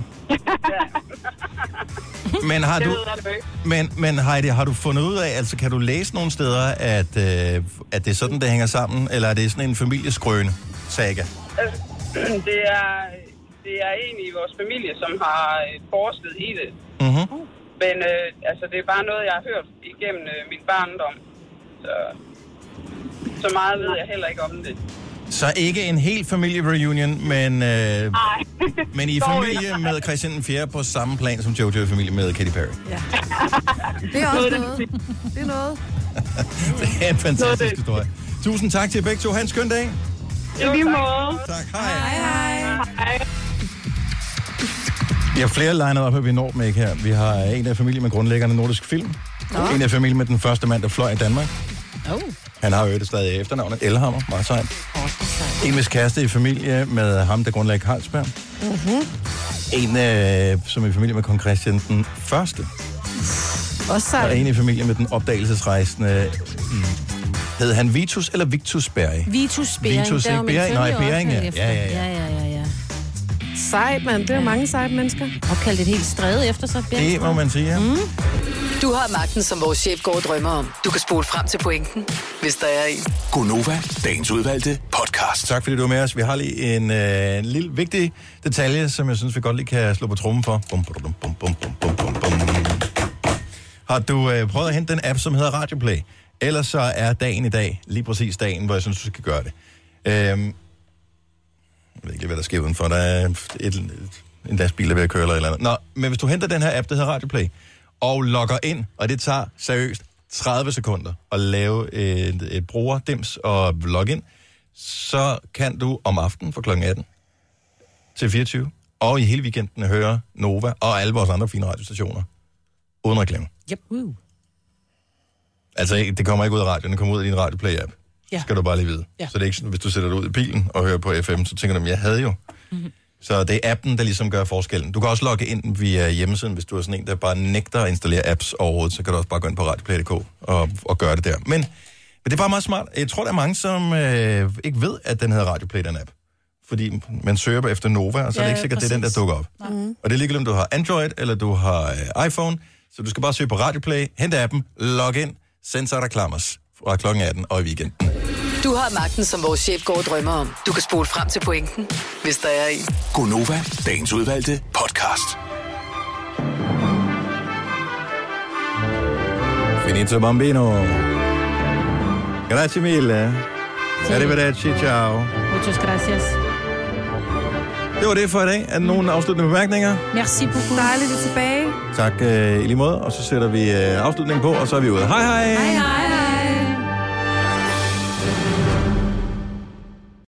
Men har du... Men Heidi, har du fundet ud af, altså kan du læse nogle steder, at det er sådan, det hænger sammen, eller er det sådan en familieskrøne saga? Altså, det er en i vores familie, som har forsket i det. Mm-hmm. Men altså, det er bare noget, jeg har hørt igennem min barndom. Så meget ved jeg heller ikke om det. Så ikke en helt familie-reunion, men I er familie med Christian den 4. på samme plan som Jojo er familie med Katy Perry. Ja. Det er også noget. Det er noget. Det er en fantastisk historie. Tusind tak til jer begge to. Ha' en skøn dag. I lige måde. Tak. Hej. Hej. Vi har flere lined op her, vi når dem ikke her. Vi har en af familie med grundlæggerne Nordisk Film. En af familie med den første mand, der fløj i Danmark. Han har jo det stadig efternavnet Elhammer, meget sejt. En hvis kæreste i familie med ham, der grundlagde Carlsberg. En, som er i familie med kong Christian den første. Også sejt. Og en i familie med den opdagelsesrejsende... Hed han Vitus eller Victus Bering? Vitus Bering. Vitus, ikke Bering? Nej, Bering, ja. Sejt, mand. Det er jo mange sejt mennesker. Opkaldt et helt stræde efter sig. Det må man sige, ja. Du har magten, som vores chef går og drømmer om. Du kan spole frem til pointen, hvis der er en. Gonova, dagens udvalgte podcast. Tak fordi du er med os. Vi har lige en lille vigtig detalje, som jeg synes, vi godt lige kan slå på trommen for. Har du prøvet at hente den app, som hedder Radioplay? Ellers så er dagen i dag lige præcis dagen, hvor jeg synes, du skal gøre det. Jeg ved ikke, hvad der sker udenfor. Der er en lastbil, der er ved at køre eller andet. Nå, men hvis du henter den her app, der hedder Radioplay, og logger ind, og det tager seriøst 30 sekunder at lave et brugerdims og login, så kan du om aftenen fra kl. 18 til 24, og i hele weekenden høre Nova og alle vores andre fine radiostationer uden reklame. Yep. Altså, det kommer ikke ud af radioen, det kommer ud af din Radioplay-app. Ja. Skal du bare lige vide. Ja. Så det er ikke sådan, hvis du sætter dig ud i bilen og hører på FM, så tænker du, jeg havde jo. Mm-hmm. Så det er appen, der ligesom gør forskellen. Du kan også logge ind via hjemmesiden, hvis du er sådan en, der bare nægter at installere apps overhovedet, så kan du også bare gå ind på radioplay.dk og gøre det der. Men det er bare meget smart. Jeg tror, der er mange, som ikke ved, at den hedder Radioplay, den app. Fordi man søger efter Nova, og så er det ikke sikkert, det er den, der dukker op. Mm. Og det er ligegyldigt, om du har Android, eller du har iPhone, så du skal bare søge på Radioplay, hente appen, log ind, send sig reklamers fra kl. 18 og i weekenden. Du har magten, som vores chef går og drømmer om. Du kan spole frem til pointen, hvis der er en. Gonova, dagens udvalgte podcast. Finito bambino. Grazie mille. Arrivederci, ciao. Muchas gracias. Det var det for i dag. Er der nogen afsluttende bemærkninger? Merci beaucoup. Dejligt, at tilbage. Tak i lige måde. Og så sætter vi afslutningen på, og så er vi ude. Hej hej! Hej hej!